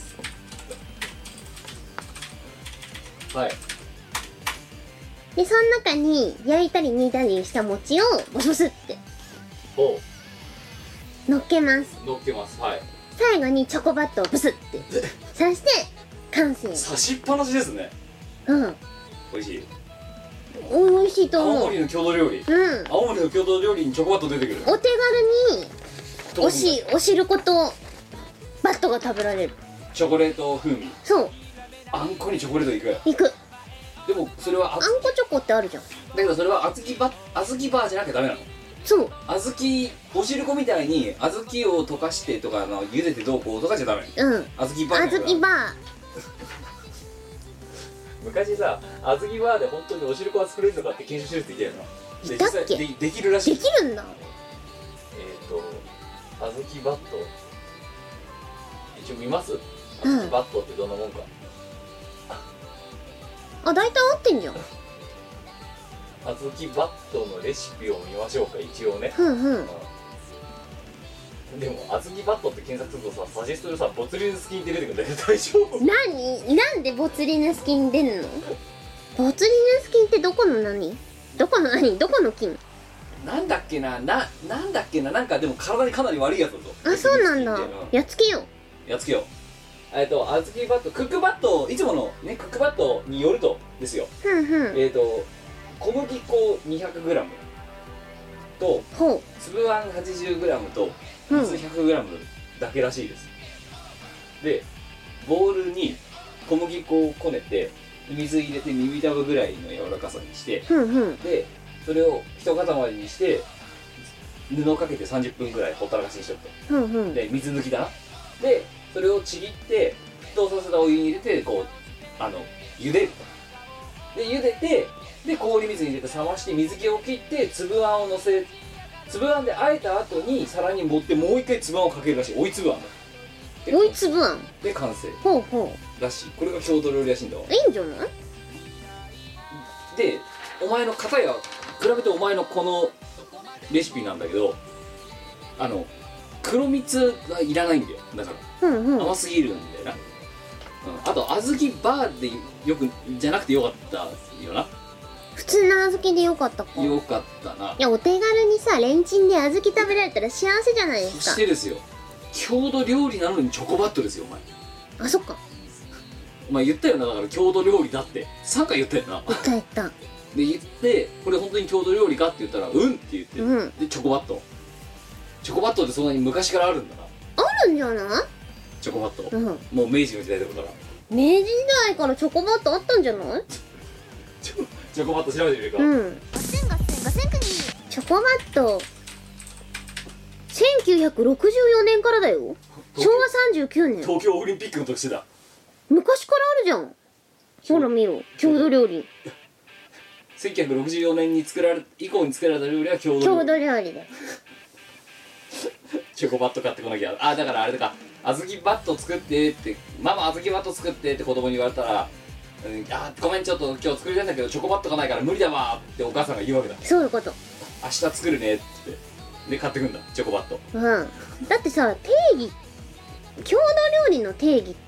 はい。 でその中に焼いたり煮たりした餅をボスボスってお乗っけます。 乗っけます。はい。 最後にチョコバットをブスって刺して完成。 刺しっぱなしですね。 うん、 美味しい。 美味しいと思う。 青森の郷土料理。 うん、 青森の郷土料理にチョコバット出てくる。 お手軽にお汁粉とバットが食べられる。 チョコレート風味。 そう、 あんこにチョコレートいく。 いく。 でもそれはあんこチョコってあるじゃん。 だけどそれは小豆バーじゃなきゃダメなの。 そう、 小豆お汁粉みたいに小豆を溶かしてとか茹でてどうこうとかじゃダメ。 うん、 小豆バー小豆バ昔さ小豆バーで本当にお汁粉は作れるのかって検証してる人いたよな。でいたっけ実際できるらしーい。 できるんだ。 小豆バット一応見ます？小うん豆バットってどんなもんか。 あ、大体合ってんじゃん。 小豆バットのレシピを見ましょうか一応ね。 ふんふん。 でも小豆バットって検索するとさサジェストでさボツリヌス菌って出てくるんだけど大丈夫？ なんでボツリヌス菌出んの？ボツリヌス菌ってどこの何？どこの菌？ なんだっけな、なんだっけな、なんかでも体にかなり悪いやつだぞ。 あ、そうなんだ。やっつけよう。 やっつけよう。小豆バット、クックバット、いつものね、クックバットによるとですよ。 ふんふん。 小麦粉 200g と、 ほう。 粒あん 80g と、水 100g だけらしいです。で、ボウルに小麦粉をこねて、水入れて耳たぶぐらいの柔らかさにして、 ふんふん。 で、それを一塊にして布をかけて30分ぐらいほったらかしにしとくと。 ふんふん。 で水抜きだな。でそれをちぎって沸騰させたお湯に入れてこう茹でると。で茹でてで氷水に入れて冷まして水気を切って粒あんをのせ、粒あんで和えた後に皿に盛ってもう一回粒あんをかけるらしい。追い粒あんだ。 追い粒あんで完成ほうほらしい。これが郷土料理らしいんだわ。 う。いいんじゃない？ でお前の方や比べてお前のこのレシピなんだけど黒蜜はいらないんだよ。だからうんうん。 甘すぎるんだよな。あと小豆バーでよくじゃなくてよかったよな。 普通の小豆でよかったか。 よかったな。 いや、お手軽にさレンチンで小豆食べられたら幸せじゃないですそか。 してですよ、郷土料理なのにチョコバットですよ。 あ、そっか。 お前言ったよな。だから郷土料理だって3回言ったよな。 言ったで言ってこれ本当に郷土料理かって言ったらうんって言って、 うんでチョコバットってそんなに昔からあるんだな。 あるんじゃない？ チョコバット、 うん。 もう明治の時代だから明治時代からチョコバットあったんじゃない？ チョコバット調べてみるか。 うん。チョコバット1964年からだよ。昭和39年。 東京オリンピックの特集だ。 昔からあるじゃん。ほら見ろ、郷土料理。 1964年に以降に作られた料理は郷土料郷理。 土料理だよ。 チョコバット買ってこなきゃ。あ、だからあれか、小豆バット作ってってママ小豆バット作ってって子供に言われたら、あ、ごめんちょっと今日作りたいんだけどチョコバットがないから無理だわってお母さんが言うわけだ。 そういうこと。 明日作るねってで買ってくんだチョコバット。 うん。だってさ、定義、郷土料理の定義って、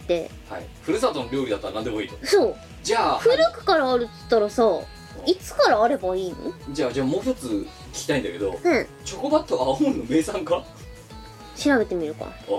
はい。ふるさとの料理だったら何でもいいと。 そう。 じゃあ古くからあるっつったらさ、 いつからあればいいの？ じゃあもう一つ聞きたいんだけど、 うん、 チョコバットは青森の名産か？ 調べてみるか。 チ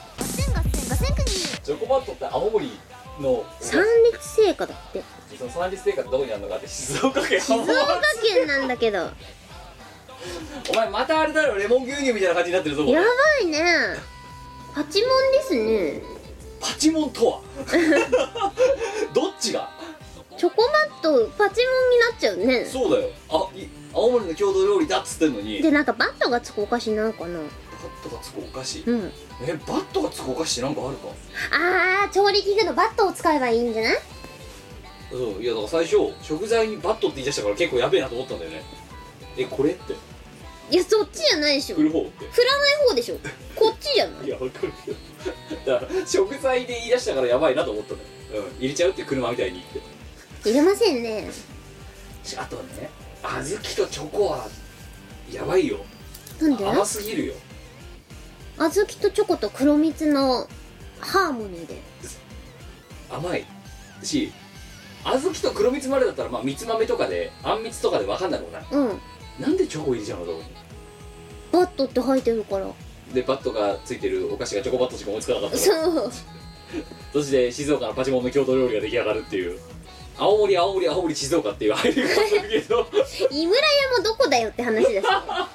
ョコバットって青森の三立製菓だって。 その三立製菓ってどこにあるのかって静岡県。 静岡県なんだけどお前またあれだろ、レモン牛乳みたいな感じになってるぞ。 やばいね。パチモンですね。 パチモンとはどっちが？ チョコバットパチモンになっちゃうね。 そうだよ。青森の郷土料理だっつってんのに。 でなんかバットがつくお菓子なんかな。 バットがつくお菓子、 うん、 バットがつくお菓子ってなんかあるか？ 調理器具のバットを使えばいいんじゃない？ そう、いやだから最初食材にバットって言い出したから結構やべえなと思ったんだよね。これって、 いやそっちじゃないでしょ。 振る方って振らない方でしょ。こっちじゃない？ いやわかるけどだから食材で言い出したからやばいなと思ったんだよ。入れちゃうって車みたいに言って入れませんね。 あとね、小豆とチョコはやばいよ。 なんで？ 甘すぎるよ。 小豆とチョコと黒蜜のハーモニーで甘いし、小豆と黒蜜までだったらまあ蜜豆とかであんみつとかで分かんないもんな。 うん。 なんでチョコ入れちゃうの？どこにバットって入ってるから。 でバットがついてるお菓子がチョコバットしか思いつかなかった。 そうそして静岡のパチモンの郷土料理が出来上がるっていう。青森静岡っていう入りがあるけど井村屋もどこだよって話です。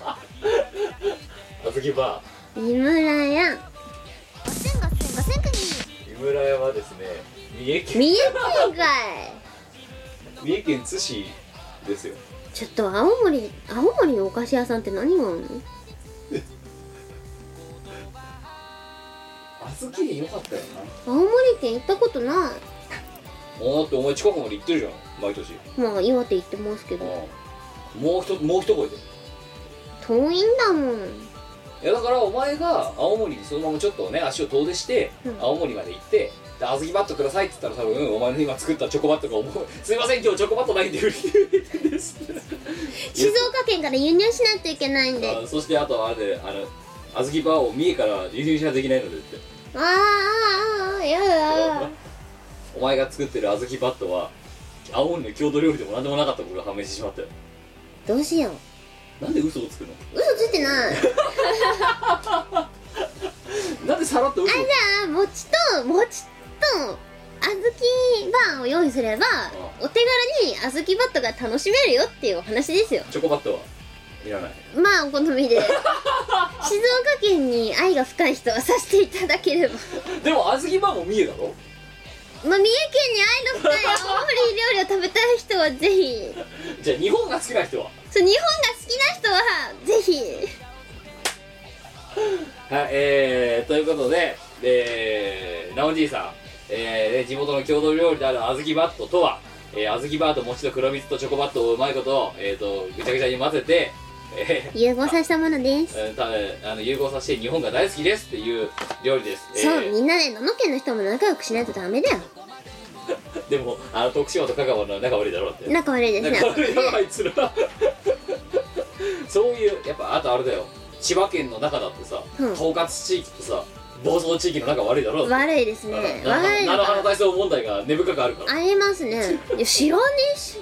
小豆バー井村屋井村屋はですね、三重県かい。 三重県津市ですよ。 ちょっと青森のお菓子屋さんって何があるの？ 小豆でよかったよな。青森県行ったことない。 だってお前近くまで行ってるじゃん毎年。 まあ岩手行ってますけど。 もう一声で遠いんだもん。 いやだからお前が青森にそのままちょっとね足を遠出して、青森まで行ってで小豆バットくださいって言ったら多分お前の今作ったチョコバットがすいません今日チョコバットないんで売り切れてるんです静岡県から輸入しないといけないんで。 そしてあとあれで小豆バーを三重から輸入しなできないのでってやだお前が作ってる小豆バットは青森の郷土料理でも何でもなかったことが判明してしまったよ。 どうしよう。なんで嘘をつくの？ 嘘ついてないなんでさらっと嘘をつくの？ じゃあ餅と小豆バーを用意すればお手軽に小豆バットが楽しめるよっていうお話ですよ。 チョコバットはいらない。 まあお好みで静岡県に愛が深い人はさせていただければでも小豆バーも三重だろ。 まあ、三重県に愛の深い青森料理を食べたい人はぜひじゃあ日本が好きな人はそう日本が好きな人はぜひはい、ということで、なおじいさん、地元の郷土料理である小豆バットとは、小豆バーと餅と黒蜜とチョコバットをうまいこと、ぐちゃぐちゃに混ぜて、 融合させたものです。 融合させて日本が大好きですっていう料理です。 そう、みんなで野々県の人も仲良くしないとダメだよでも徳島と香川の仲悪いだろうって。 仲悪いですね。 仲悪いだろあいつらそういうやっぱあとあれだよ、千葉県の中だってさ、統括地域とさ暴走地域の仲悪いだろう。 悪いですね。 悪い。菜の花体操問題が根深くあるから。 ありますね。いや知らねえし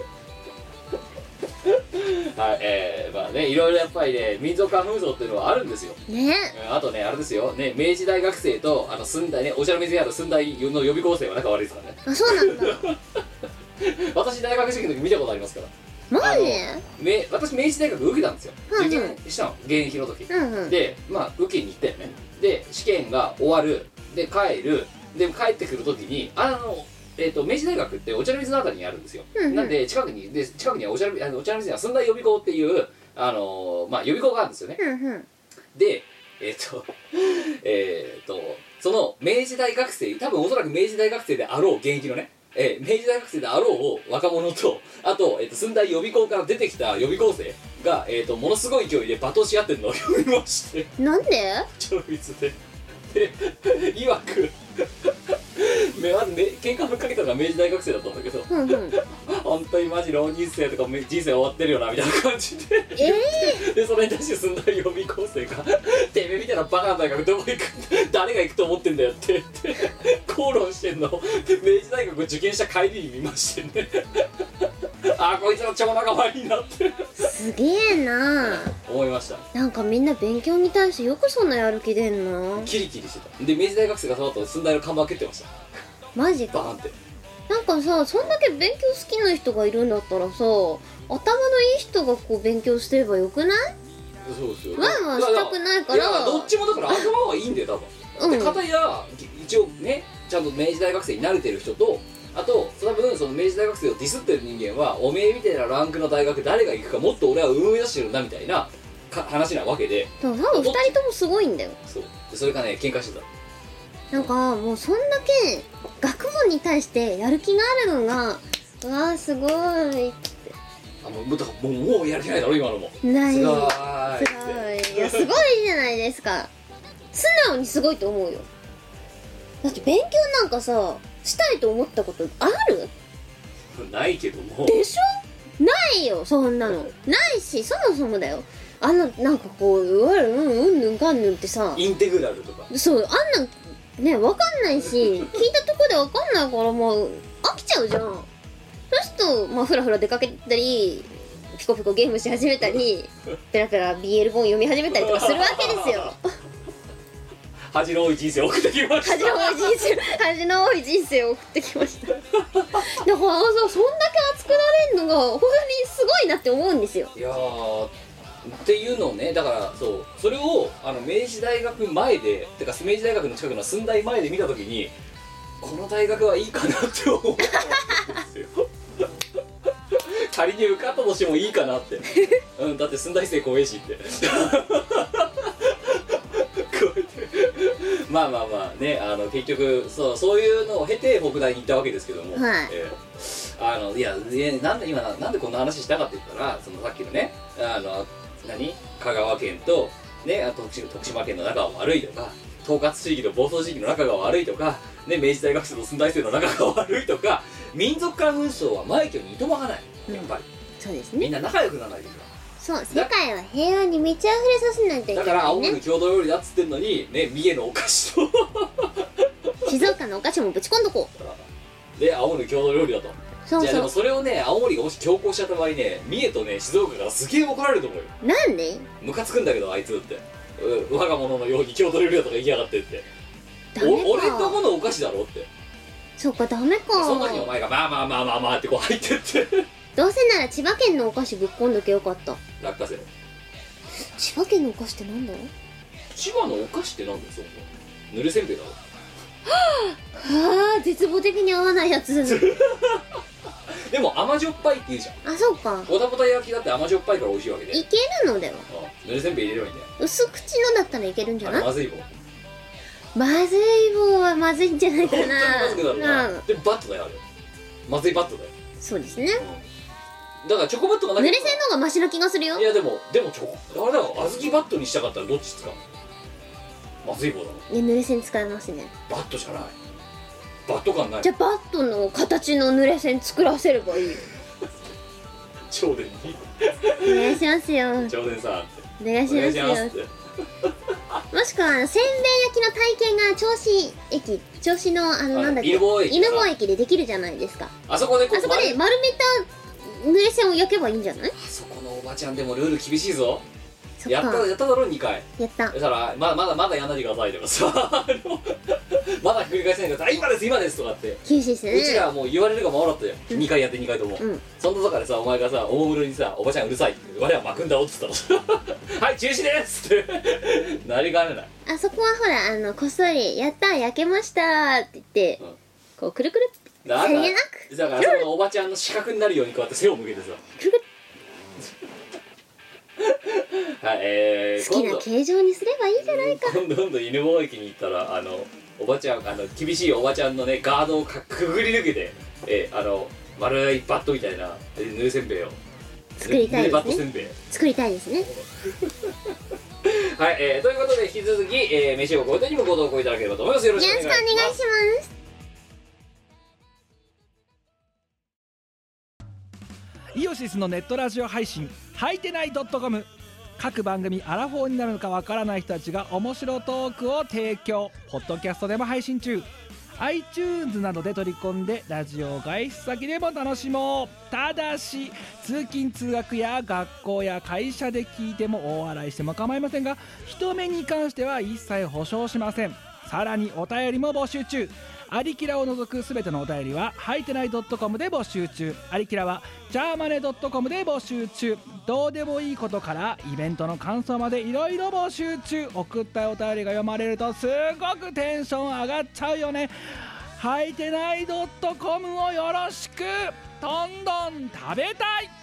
はい、まあね、いろいろやっぱりね民族間紛争っていうのはあるんですよね。 あとねあれですよね、明治大学生と寸大ね、お茶の水にある寸大の予備校生は仲悪いですからね。 あ、そうなんだ私大学受験の時見たことありますから。 マジ？ 私明治大学受けたんですよ、受験したの現役の時、でまあ受けに行ったよね。で試験が終わるで帰るで帰ってくる時に明治大学ってお茶の水のあたりにあるんですよ、なんで近くにはお茶の水には寸大予備校っていうまあ予備校があるんですよね、でその明治大学生、多分おそらく明治大学生であろう現役のね、明治大学生であろう若者と、あと、寸大予備校から出てきた予備校生が、ものすごい勢いで罵倒し合ってるのを読みまして。 なんで？ ちょいつで。で、いわくまずね、喧嘩ぶっかけたのが明治大学生だったんだけど、本当にマジ浪人生とか人生終わってるよなみたいな感じで、でそれに対して寸大予備校生が「てめえみたいなバカな大学どこ行く誰が行くと思ってんだよ」って口論してんのを明治大学受験した帰りに見ましてねあ、こいつの超仲間になってるすげえな思いました。 なんかみんな勉強に対してよくそんなやる気出んな。 キリキリしてた。で明治大学生がその後寸大の看板蹴ってました。 マジか。 バーンって。 なんかさ、そんだけ勉強好きな人がいるんだったらさ、頭のいい人がこう勉強してればよくない？ そうですよ。 ワンワンしたくないから。 いやどっちもだから頭はいいんだよ多分。で片や一応ねちゃんと明治大学生に慣れてる人と、あと多分その明治大学生をディスってる人間はおめえみたいなランクの大学誰が行くかもっと俺は上を目指してるんだみたいな話なわけで。 多分2人ともすごいんだよ。 そうでそれがね喧嘩してた。 なんかもうそんだけ学問に対してやる気があるのがうわーすごいって。 もうやる気ないだろ今のも。 ない。 すごい。 いやすごいじゃないですか。素直にすごいと思うよ。だって勉強なんかさしたいと思ったことある？ ないけども。 でしょ？ないよそんなの。ないしそもそもだよ。なんかこういわゆるうんぬんかんぬんってさ。 インテグラルとか。 そうなんねわかんないし聞いたとこでわかんないからもう飽きちゃうじゃん。そうするとまあフラフラ出かけたりピコピコゲームし始めたりペラペラ BL 本読み始めたりとかするわけですよ。 恥の多い人生を送ってきました。 恥の多い人生を送ってきました。だからさそんだけ熱くなれるのが本当にすごいなって思うんですよ。 いやっていうのをね、だからそれを明治大学前でてか明治大学の近くの寸大前で見たときにこの大学はいいかなって思ったんですよ。仮に受かったとしてもいいかなって、うん、だって寸大生怖えしってこうやってまあね結局そういうのを経て北大に行ったわけですけども、 はいいやなんでこんな話したかって言ったらそのさっきのね香川県と、ね、徳島県の仲が悪いとか統括地域と暴走地域の仲が悪いとか、ね、明治大学生と寸大生の仲が悪いとか民族間紛争は枚挙にいとまがないやっぱり、 そうですね。 みんな仲良くならないといけない。 そう世界は平和に満ち溢れさせないといけないね。 だから青森郷土料理だっつってんのにね三重のお菓子と静岡のお菓子もぶち込んどこうで青森郷土料理だと。 そうじゃあでもそれをね青森がもし強行しちゃった場合ね三重とね静岡からすげえ怒られると思うよ。 なんでムカつくんだけどあいつって我が物のように郷土料理だとか言いやがってって俺んとこのお菓子だろって。 そうかダメか。 その時にお前がまあってこう入ってってどうせなら千葉県のお菓子ぶっこんどけよかった。 落花生。 千葉県のお菓子ってなんだろう。 千葉のお菓子ってなんだよそもそも。ぬれせんべいだろ。 はあ絶望的に合わないやつでも甘じょっぱいって言うじゃん。 あそうか。 ポタポタ焼きだって甘じょっぱいから美味しいわけでいけるのでは。 ぬれせんべい入れればいいんだよ。 薄口のだったらいけるんじゃない。 まずい棒。 まずい棒はまずいんじゃないかな。 本当にまずくなるな。でバットだよあれ。まずいバットだよ。 そうですね。 だからチョコバットがなぬれせんの方がマシな気がするよ。 いやでもチョコあれだよ小豆バットにしたかったらどっち使う。まずい棒だろ。 いやぬれせん使いますね。 バットじゃない。バット感ない。 じゃあバットの形のぬれせん作らせればいい。 超電にお願いしますよ。 超電さんお願いしますよ。もしくはせんべい焼きの体験が銚子のなんだっけ犬吠駅でできるじゃないですか。 あそこで丸めたぬれせんを焼けばいいんじゃない。 あそこのおばちゃんでもルール厳しいぞ。やっただろ2回。 やった。 だからまだやんないでくださいとかさまだ繰り返せないでください今ですとかって厳しいっすね。 うちらもう言われるがままだったよ、2回やって2回とも、そんな中でさお前がさおもむろにさおばちゃんうるさいって我は巻くんだおっつったらはい中止ですってなりかねない。 あそこはほらこっそりやった焼けましたって言って、こうくるくるってさりげなくだからそのおばちゃんの視覚になるようにこうやって背を向けてさくるくるはい、 好きな形状にすればいいじゃないか。 今度犬吠駅に行ったらおばちゃん厳しいおばちゃんのねガードをくぐり抜けて丸いバットみたいなぬれせんべいを作りたいですね。 バットせんべい作りたいですね。 はい、ということで引き続き、飯を超えてにもご投稿いただければと思います。よろしくお願いします。 よろしくお願いします。 イオシスのネットラジオ配信はいてない .com。 各番組アラフォーになるのかわからない人たちが面白トークを提供。ポッドキャストでも配信中。 iTunes などで取り込んでラジオ外出先でも楽しもう。ただし通勤通学や学校や会社で聞いても大笑いしても構いませんが、人目に関しては一切保証しません。さらにお便りも募集中。アリキラを除くすべてのお便りははいてない .com で募集中。アリキラはジャーマネ .com で募集中。どうでもいいことからイベントの感想までいろいろ募集中。送ったお便りが読まれるとすごくテンション上がっちゃうよね。はいてない .com をよろしく。どんどん食べたい。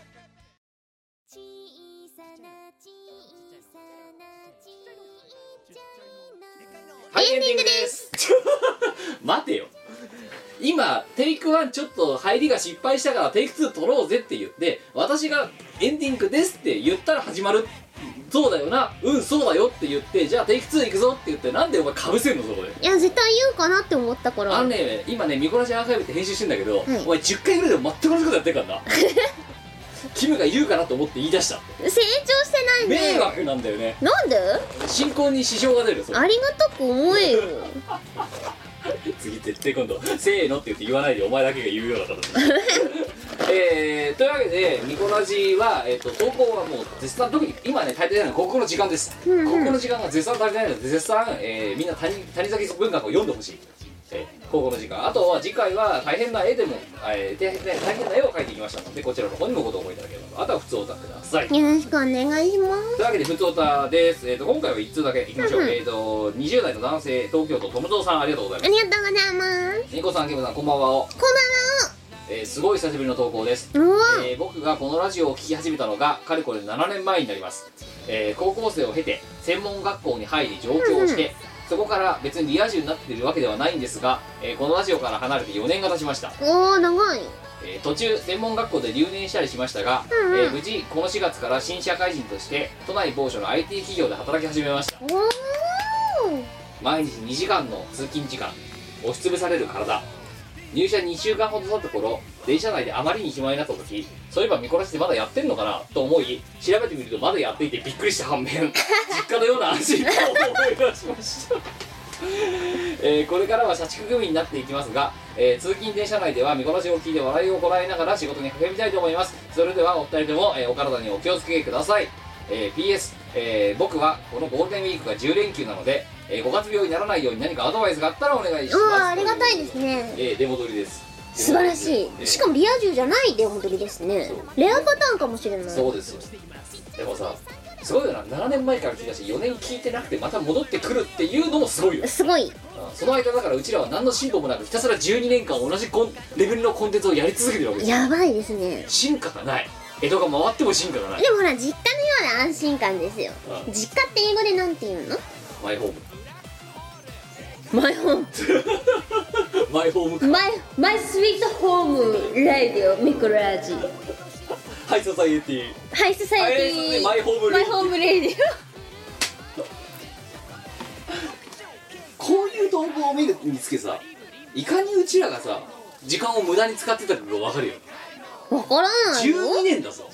はい、エンディングです待てよ、今テイク1ちょっと入りが失敗したからテイク2取ろうぜって言って、私がエンディングですって言ったら始まる。そうだよな、うんそうだよって言って、じゃあテイク2行くぞって言って、なんでお前かぶせんのそこで。 いや絶対言うかなって思ったから。 今ねミコラジアーカイブって編集してんだけど、お前10回ぐらいでも全く同じことやってるからなキムが言うかなと思って言い出した。 成長してないね。 迷惑なんだよね。 なんで？ 進行に支障が出る。それありがたく思えよ次絶対今度せーのって言わないでお前だけが言うような形というわけでミコラジは、投稿はもう絶賛、特に今ね大抵ないのは国語の時間です、国語の時間が絶賛足りないので絶賛、みんな谷崎文学を読んでほしい。高校の時間、あとは次回は大変な絵でも、大変な絵を描いてきましたので、こちらの方にもご投稿いただければ。あとは普通オタください。 よろしくお願いします。 というわけで普通オタです。今回は1通だけいきましょう。20代の男性、東京都トムゾウさん、ありがとうございます。 ありがとうございます。 ニコさん、ケムさん、こんばんは。 こんばんは。 すごい久しぶりの投稿です。僕がこのラジオを聞き始めたのがかれこれ7年前になります。高校生を経て専門学校に入り上京をして、そこから別にリア充になっているわけではないんですが、このラジオから離れて4年が経ちました。 おー長い。 途中専門学校で留年したりしましたが、無事この4月から新社会人として都内某所の IT 企業で働き始めました。毎日2時間の通勤時間、押しつぶされる体。入社2週間ほど経った頃、電車内であまりに暇になった時、そういえばミコラジってまだやってんのかなと思い調べてみるとまだやっていてびっくりした反面実家のような安心感を思い出しましたこれからは社畜組になっていきますが、通勤電車内ではミコラジを聞いて笑いをこらえながら仕事に励みたいと思います。それではお二人とも、お体にお気をつけください。PS、僕はこのゴールデンウィークが10連休なので、5月病にならないように何かアドバイスがあったらお願いします。 ありがたいですね。 出戻りです。 素晴らしい。しかもリア充じゃない出戻りですね。レアパターンかもしれない。 そうですよ。でもさ、すごいよな。7年前から聞いたし4年聞いてなくてまた戻ってくるっていうのもすごいよ。 すごい。 その間だからうちらは何の進歩もなくひたすら12年間同じレベルのコンテンツをやり続けてるわけですよ。 やばいですね。 進化がない。江戸が回っても進化がない。 でもほら実家のような安心感ですよ。実家って英語でなんて言うの？ マイホーム。 マイホームマイホームか。 マイスイートホームラディオミコラジハイソサイエティハイソサイエティマイホームレディオこういう動画を見つけさ、いかにうちらがさ時間を無駄に使ってたかが分かるよ。 分からないよ。 12年だぞ。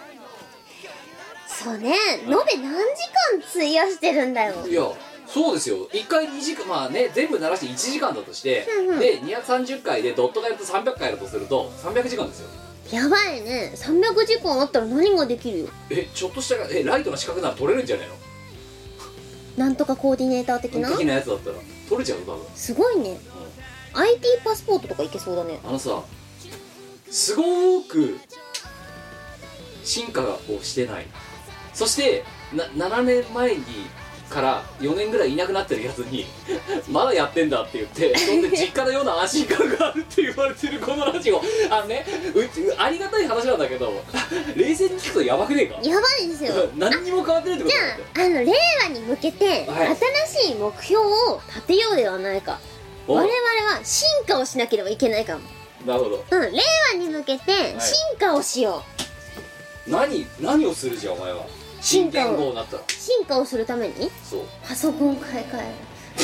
そうね、延べ何時間費やしてるんだよ。 いやそうですよ。1回2時間、まあね全部鳴らして1時間だとして、で230回でドットがやると300回だとすると300時間ですよ。 やばいね。300時間あったら何ができるよ。 ちょっとしたライトの資格なら取れるんじゃないの？ なんとかコーディネーター的なやつだったら取れちゃうよ多分。 すごいね、IT パスポートとかいけそうだね。 さ、すごーく進化をしてない。そして7年前にから4年ぐらいいなくなってるやつにまだやってんだって言って、そんで実家のような安心感があるって言われてるこのラジオ、ありがたい話なんだけど冷静に聞くとやばくねえか？ やばいですよ何にも変わってないってことだって。 じゃあ令和に向けて新しい目標を立てようではないか。我々は進化をしなければいけないかも。 なるほど。 令和に向けて進化をしよう。何をするじゃんお前は。新元号になったら進化をするためにパソコン買い替える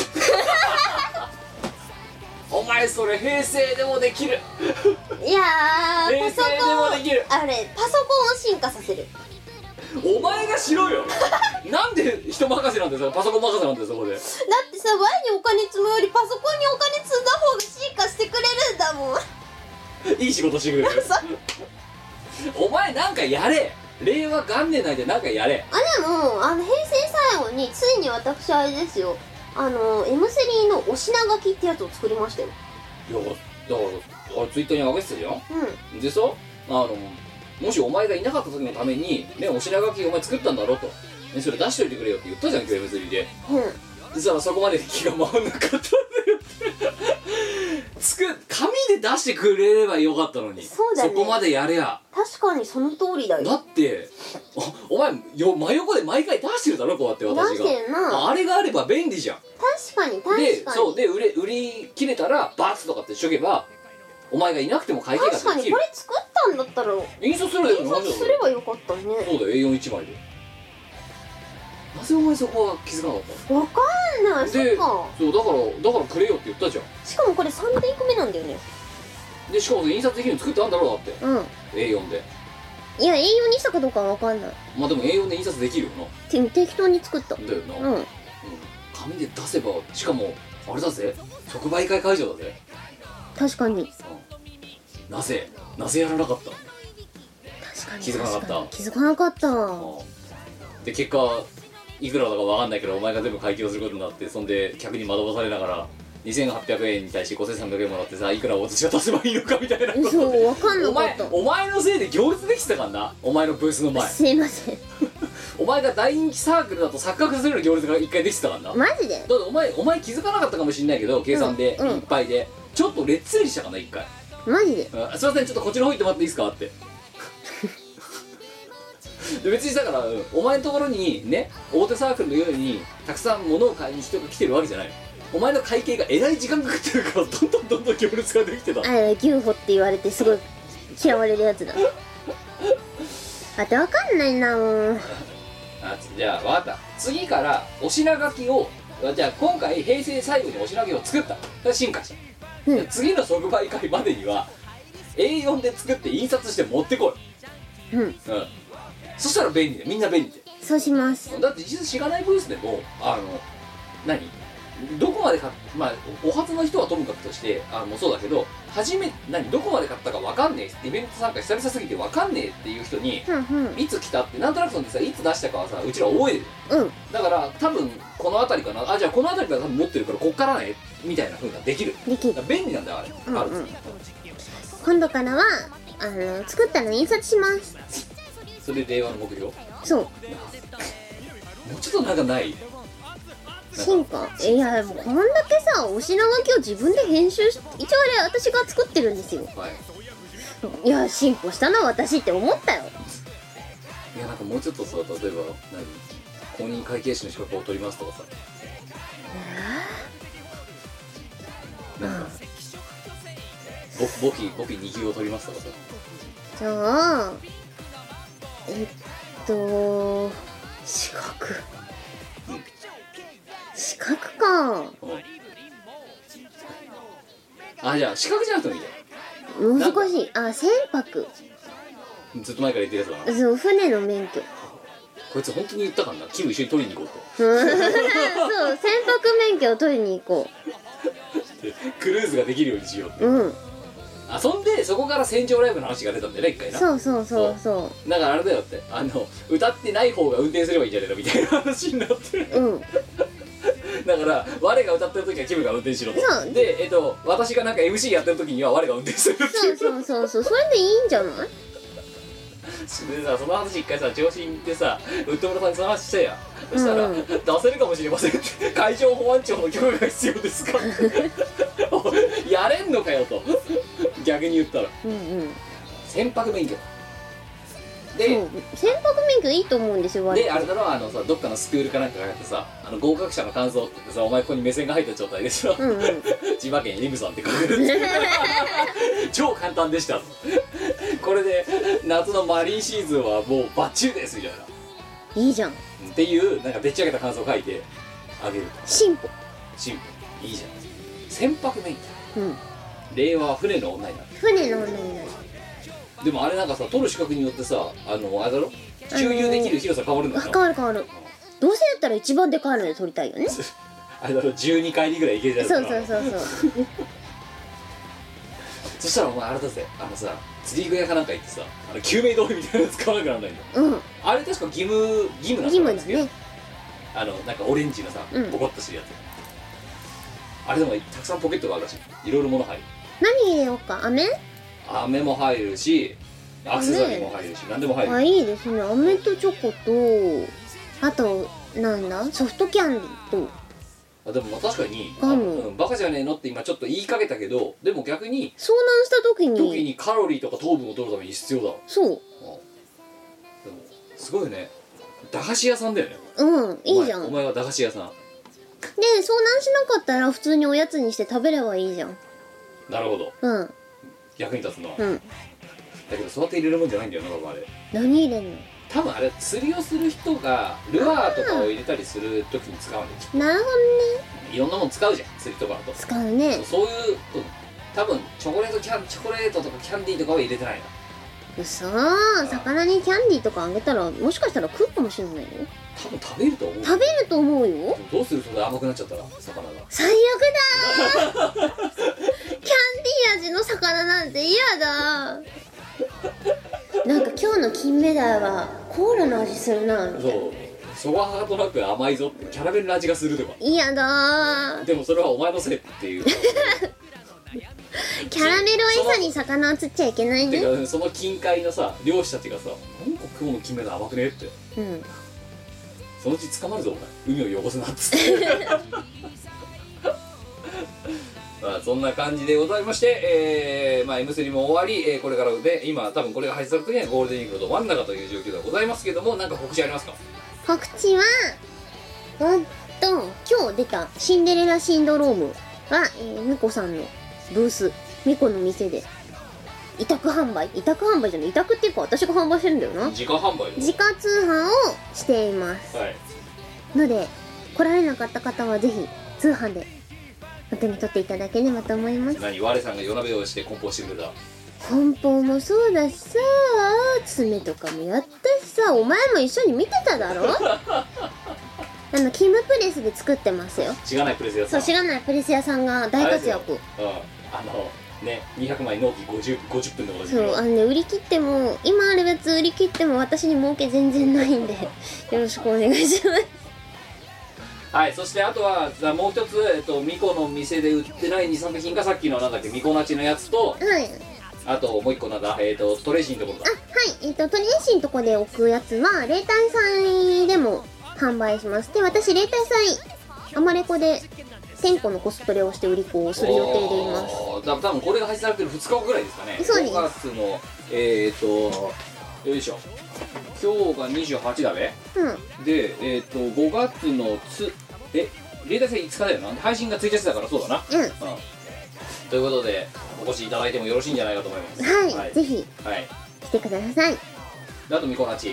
お前それ平成でもできるいやー平成でもできる。 パソコンを進化させる。 お前がしろよなんで人任せなんだよ、パソコン任せなんだよそこで。 だってさ、ワイにお金積むよりパソコンにお金積んだ方が進化してくれるんだもん。 いい仕事してくれるお前なんかやれ、令和元年内でなんかやれ。 あ、でも平成最後についに私あれですよ、M3 のお品書きってやつを作りましたよ。 いやだからツイッターに上げてたじゃん、 うん。 でさ、もしお前がいなかった時のためにね、お品書きお前作ったんだろと、ね、それ出しといてくれよって言ったじゃん今日 M3 で。そしたらそこまで気が回んなかったんだよ紙で出してくれればよかったのに。 そうだね、 そこまでやれや。 確かにその通りだよ。 だってお前真横で毎回出してるだろこうやって私が。 出してるな。 あれがあれば便利じゃん。 確かにで、そうで売り切れたらバツとかってしとけばお前がいなくても会計ができる。 確かにこれ作ったんだったら印刷すれば印刷すればよかったね。 そうだよ A41 枚で。なぜお前そこは気づかなかったの？ わかんない。そっで、 か。 そうだからくれよって言ったじゃん。 しかもこれ3テイク目なんだよね。 でしかも印刷できるの作ってあんだろうだって、 うん。 A4 で。 いや A4 にしたかどうかはわかんない。 まあでも A4 で印刷できるよ適当に作った。 な。だよな、 うん。 紙で出せば、しかもあれだぜ、即売会会場だぜ。 確かに。 なぜやらなかった？ 確かに気づかなかった。 気づかなかった。 で結果いくらだかわかんないけどお前が全部会計をすることになって、そんで客に惑わされながら2800円に対して5300円もらってさ、いくら私が出せばいいのかみたいなこと。 そうわかんなかった。 お前のせいで行列できてたからな、お前のブースの前。 すいませんお前が大人気サークルだと錯覚するような行列が一回できてたからな。 マジで？ だってお前気づかなかったかもしんないけど、計算で、いっぱいでちょっと列整理したかな一回。 マジで？ すいませんちょっとこっちの方行ってもらっていいですかってで別にだから、お前のところにね大手サークルのようにたくさん物を買いに人が来てるわけじゃない。お前の会計がえらい時間かかってるからどんどん行列ができてた。 牛歩って言われてすごい嫌われるやつだあとわかんないなもう。 じゃあ分かった、次からお品書きを、じゃあ今回平成最後にお品書きを作った、それ進化した、次の即売会までには A4 で作って印刷して持ってこい。そしたら便利で、みんな便利で。 そうします。 だって実質しがないブースでもどこまでまあお初の人はともかくとしてもうそうだけど、どこまで買ったか分かんねえ、イベント参加久々すぎて分かんねえっていう人に、いつ来たってなんとなくそんでさ、いつ出したかはさうちら覚えてる、だから多分この辺りかな、じゃあこの辺りから多分持ってるからこっからねみたいな風ができる。便利なんだよあれ、 今度からは作ったの印刷します。 それで令和の目標。 そう。 もうちょっとなんかない進化。いやもうこんだけさお品書きを自分で編集し、一応あれ私が作ってるんですよ。いや進歩したな私って思ったよ。 いやなんかもうちょっとさ、例えば公認会計士の資格を取りますとかさ、なんか簿記2級を取りますとかさ。 じゃあ資格か。 じゃあ資格じゃなくてもいいよ。 難しい。船舶。 ずっと前から言ってるやつだな。 そう、船の免許。 こいつ本当に言ったからな、キム一緒に取りに行こうと。 そう、船舶免許を取りに行こう。クルーズができるようにしようって。そんでそこから戦場ライブの話が出たんだよね一回な。 そうだからあれだよって、歌ってない方が運転すればいいんじゃねえのみたいな話になってる。だから我が歌ってる時はキムが運転しろと。で私がなんか MC やってる時には我が運転するっていう。 そうそれでいいんじゃない。 でさ、その話一回さ調子に行ってさ、ウッド村さんにその話してや。そしたら、出せるかもしれませんって海上保安庁の許可が必要ですかってやれんのかよと逆に言ったら、船舶免許で、 船舶免許いいと思うんですよ。 であれだろ、さ、どっかのスクールかなんかがやってさ、合格者の感想って言ってさ、お前ここに目線が入った状態でさ、千葉県リムさんって書けるって超簡単でしたこれで夏のマリンシーズンはもうバッチリですみたいな、 いいじゃんっていうなんかでっち上げた感想を書いてあげる。 進歩いいじゃん。船舶免許、令和は船の女になる。 船の女になる。 でもあれなんかさ、取る資格によってさ、あれだろ、 周遊できる広さ変わるんだよ。 変わる変わる。どうせだったら一番でかいので撮りたいよね。 あれだろ、12回りぐらいいけるじゃん。 そうそしたらお前あれだぜ、さ、釣り具屋かなんか行ってさ、救命胴衣みたいなの使わなくならないんだよ。あれ確か義務なんですけど、なんかオレンジのさ、ボコッとしてるやつ。あれでもたくさんポケットがあるらしい。いろいろ物入る。 何入れようか。 飴も入るし、アクセサリーも入るし、何でも入る。 あ、いいですね。飴とチョコと、あとなんだ、ソフトキャンディーと。 でも確かにガム、 バカじゃねえのって今ちょっと言いかけたけど、でも逆に遭難した時にカロリーとか糖分を取るために必要だ。 そう。 でもすごいね、駄菓子屋さんだよね。 いいじゃん。 お前は駄菓子屋さんで、 遭難しなかったら普通におやつにして食べればいいじゃん。 なるほど。役に立つのは。だけどそうやって入れるもんじゃないんだよな、多分あれ。 何入れんの？ 多分あれ釣りをする人がルアーとかを入れたりする時に使うんだよ。 なるほどね。 いろんなもん使うじゃん、釣りとかだと。 使うね。 そういう多分チョコレートとかキャンディーとかは入れてないな。 嘘ー、魚にキャンディーとかあげたらもしかしたら食うかもしれないよ。 多分食べると思う。 食べると思うよ。 どうする？それ甘くなっちゃったら魚が。 最悪だー。キャンディー味の魚なんて嫌だ。なんか今日の金目鯛はコーラの味するな。 そう、そこはハートなく甘いぞ、キャラメルの味がするとか。 嫌だー。 でもそれはお前のせいっていう。 キャラメルを餌に魚を釣っちゃいけないね。 てかその近海のさ漁師たちがさ、なんか今日の金目鯛甘くねって、そのうち捕まるぞお前、海を汚すなっつってまあそんな感じでございまして、M3 も終わり、これからで今多分これが配信された時にはゴールデンウィークのど真ん中という状況ではございますけども、なんか告知ありますか？ 告知は今日出たシンデレラシンドロームは、ミコさんのブース、ミコの店で委託販売じゃない、委託っていうか私が販売してるんだよな。 自家販売、 自家通販をしています、ので来られなかった方はぜひ通販でお手に取っていただければと思います。 何、我さんが夜鍋をして梱包してくれた梱包もそうだしさ、爪とかもやったしさ、お前も一緒に見てただろキムプレスで作ってますよ。 しがないプレス屋さん。 そう、しがないプレス屋さんが大活躍。 ね、200枚納期 50分でございます。 そう、売り切っても、今あるやつ売り切っても私に儲け全然ないんでよろしくお願いします。 はい、そしてあとはもう一つ、ミコの店で売ってない2作品がさっきのなんだっけ、ミコナチのやつと、あともう一個なんだ、トレーシーのところだ。 トレーシーのところで置くやつは例大祭でも販売します。で、私例大祭アマレコで1000個のコスプレをして売り子をする予定でいます。 多分これが配信されてる2日後ぐらいですかね。 そうです。 5月のよいしょ、今日が28だべ、で5月の例大祭5日だよな。配信が1日だからそうだな。ということでお越しいただいてもよろしいんじゃないかと思います。 はい、ぜひ来てください。 あとミコナチ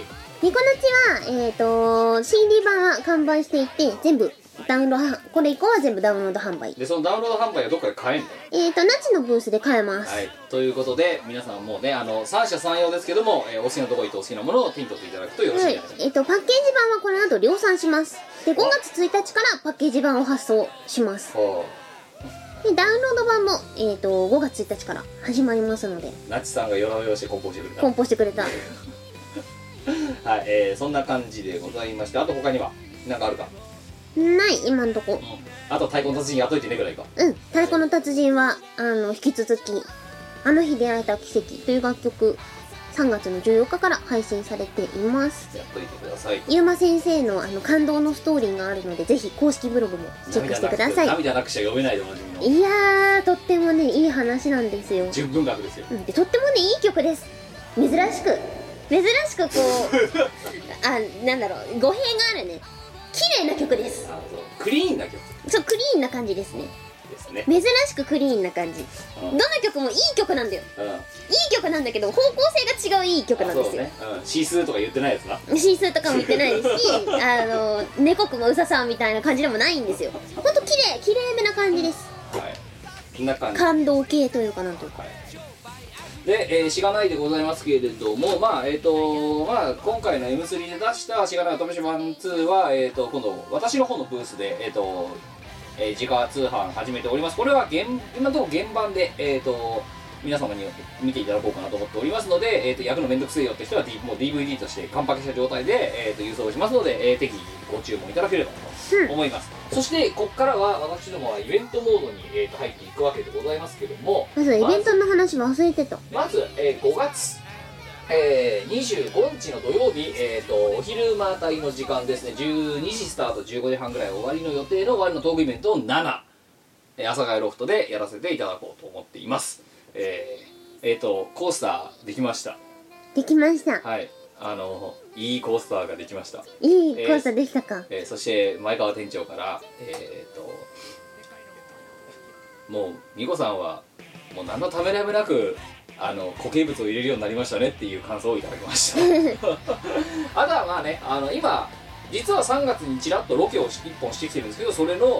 はCD 版は完売していて、全部ダウンロード、これ以降は全部ダウンロード販売で、そのダウンロード販売はどっかで買えんの？ ナチのブースで買えます。 はい、ということで皆さんもうね、三者三様ですけども、お好きなところ行ってお好きなものを手に取っていただくとよろしいんじゃないでしょうか。 パッケージ版はこの後量産します。で、5月1日からパッケージ版を発送します。で、ダウンロード版も、5月1日から始まりますので。 ナチさんが夜なべをして梱包してくれた。はい、そんな感じでございまして、あと他には何かあるか？ ない、今んとこ。 あと太鼓の達人やっといてねぐらいか。 太鼓の達人は引き続きあの日出会えた奇跡という楽曲3月の14日から配信されています。 やっといてください。 ゆうま先生の感動のストーリーがあるので、ぜひ公式ブログもチェックしてください。 涙なくしちゃ読めないでおなじみの。 いやー、とってもね、いい話なんですよ。 純文学ですよ。 で、とってもね、いい曲です。珍しくこうなんだろう、語弊があるね。綺麗な曲です。 クリーンな曲。 そう、クリーンな感じですね。珍しくクリーンな感じ。どの曲もいい曲なんだよ。いい曲なんだけど、方向性が違ういい曲なんですよ。 シースーとか言ってないやつな。 シースーとかも言ってないですし、猫くもうささんみたいな感じでもないんですよ。ほんと綺麗めな感じです。感動系というかなんというか。 で、しがないでございますけれども、まあ今回の M3 で出したしがないお試し版2は、今度私の方のブースで自家通販始めております。これは今のところ原版で皆様に見ていただこうかなと思っておりますので、焼くのめんどくせえよって人は、もう DVD として完パケした状態で、郵送しますので、適宜ご注文いただければと思います。そしてここからは私どもはイベントモードに、入っていくわけでございますけども、 まずイベントの話忘れてた。 まず、5月25日の土曜日、お昼間帯の時間ですね、12時スタート、15時半ぐらい終わりの予定の終わりのトークイベントを7、阿佐ヶ谷ロフトでやらせていただこうと思っています。コースターできました。 できました。 はい、いいコースターができました。 いいコースターできたか。 そして前川店長からもう美子さんはもう何のためらいもなく固形物を入れるようになりましたねっていう感想をいただきましたあとはまあね、今実は3月にちらっとロケを1本してきてるんですけど、それの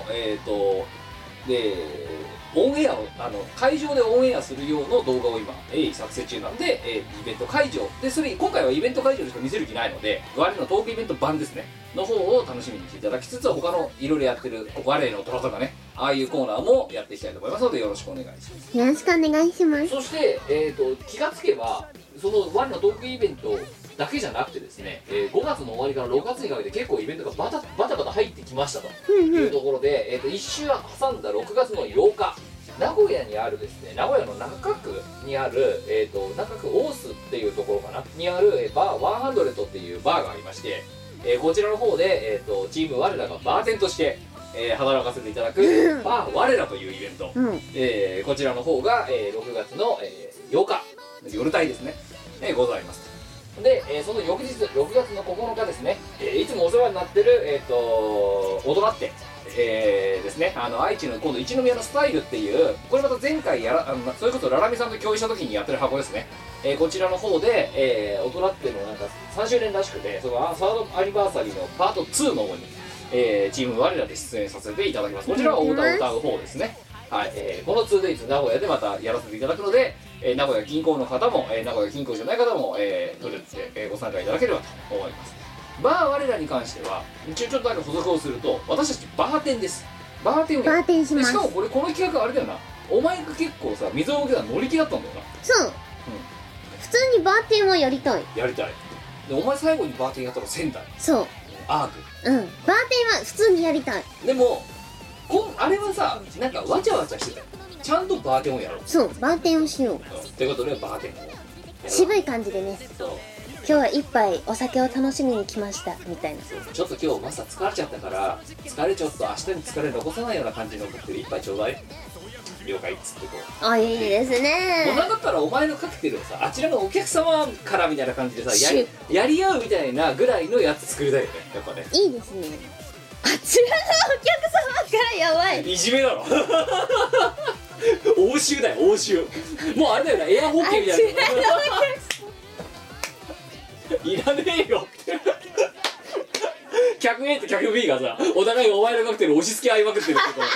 でオンエアを会場でオンエアする用の動画を今作成中なんで、イベント会場でそれ今回はイベント会場でしか見せる気ないので、我々のトークイベント版ですねの方を楽しみにしていただきつつ、他のいろいろやってる我々の虎とかね、ああいうコーナーもやっていきたいと思いますのでよろしくお願いします。 よろしくお願いします。 そして、気がつけばその我々のトークイベントだけじゃなくてですね、5月の終わりから6月にかけて結構イベントがバタバタ入ってきましたというところで、1週挟んだ6月の8日名古屋にあるですね、名古屋の中区にある、中区オースっていうところかなにあるバー100っていうバーがありまして、こちらの方で、チーム我らがバーテンとして、働かせていただくバー我らというイベント、こちらの方が、6月の、8日夜帯ですね、ございます。で、その翌日6月の9日ですね、いつもお世話になってる大人ってですね、愛知の今度一宮のスタイルっていう、これまた前回それこそララミさんと共演した時にやってる箱ですね、こちらの方で、大人っていうのなんか3周年らしくて、そのサードアニバーサリーのパート2の方に、チーム我らで出演させていただきます。こちらはお歌を歌う方ですね。はい、この 2days 名古屋でまたやらせていただくので、名古屋近郊の方も、名古屋近郊じゃない方も、とりあえず、ご参加いただければと思います。バー我らに関してはちょっとだけ補足をすると、私たちバーテンです。バーテンをやる。 します。 しかもこの企画あれだよな、お前が結構さ水を向けたら乗り気だったんだよな。 そう、普通にバーテンはやりたい。 やりたい。でお前最後にバーテンやったの仙台。 そう、 アーク。バーテンは普通にやりたい。 でもあれはさ、なんかわちゃわちゃしてたよ。ちゃんとバーテンをやろう。 そう、バーテンをしよう。 ということでバーテンを渋い感じでね。そう、今日は一杯お酒を楽しみに来ましたみたいな。 ちょっと今日マスター疲れちゃったから、疲れちょっと明日に疲れ残さないような感じのカクテル一杯ちょうだい。了解っつってこう。 あ、いいですね。 もうなんだったらお前のカクテルをさ、あちらのお客様からみたいな感じでさ、やり合うみたいなぐらいのやつ作りたいよね、やっぱね。 いいですね。あちらのお客様からやばい。 いじめだろ応酬だよ、応酬。もうあれだよな、エアホッケーみたいないらねえよ客 A と客 B がさ、お互いお前のカクテル押し付け合いまくってるけど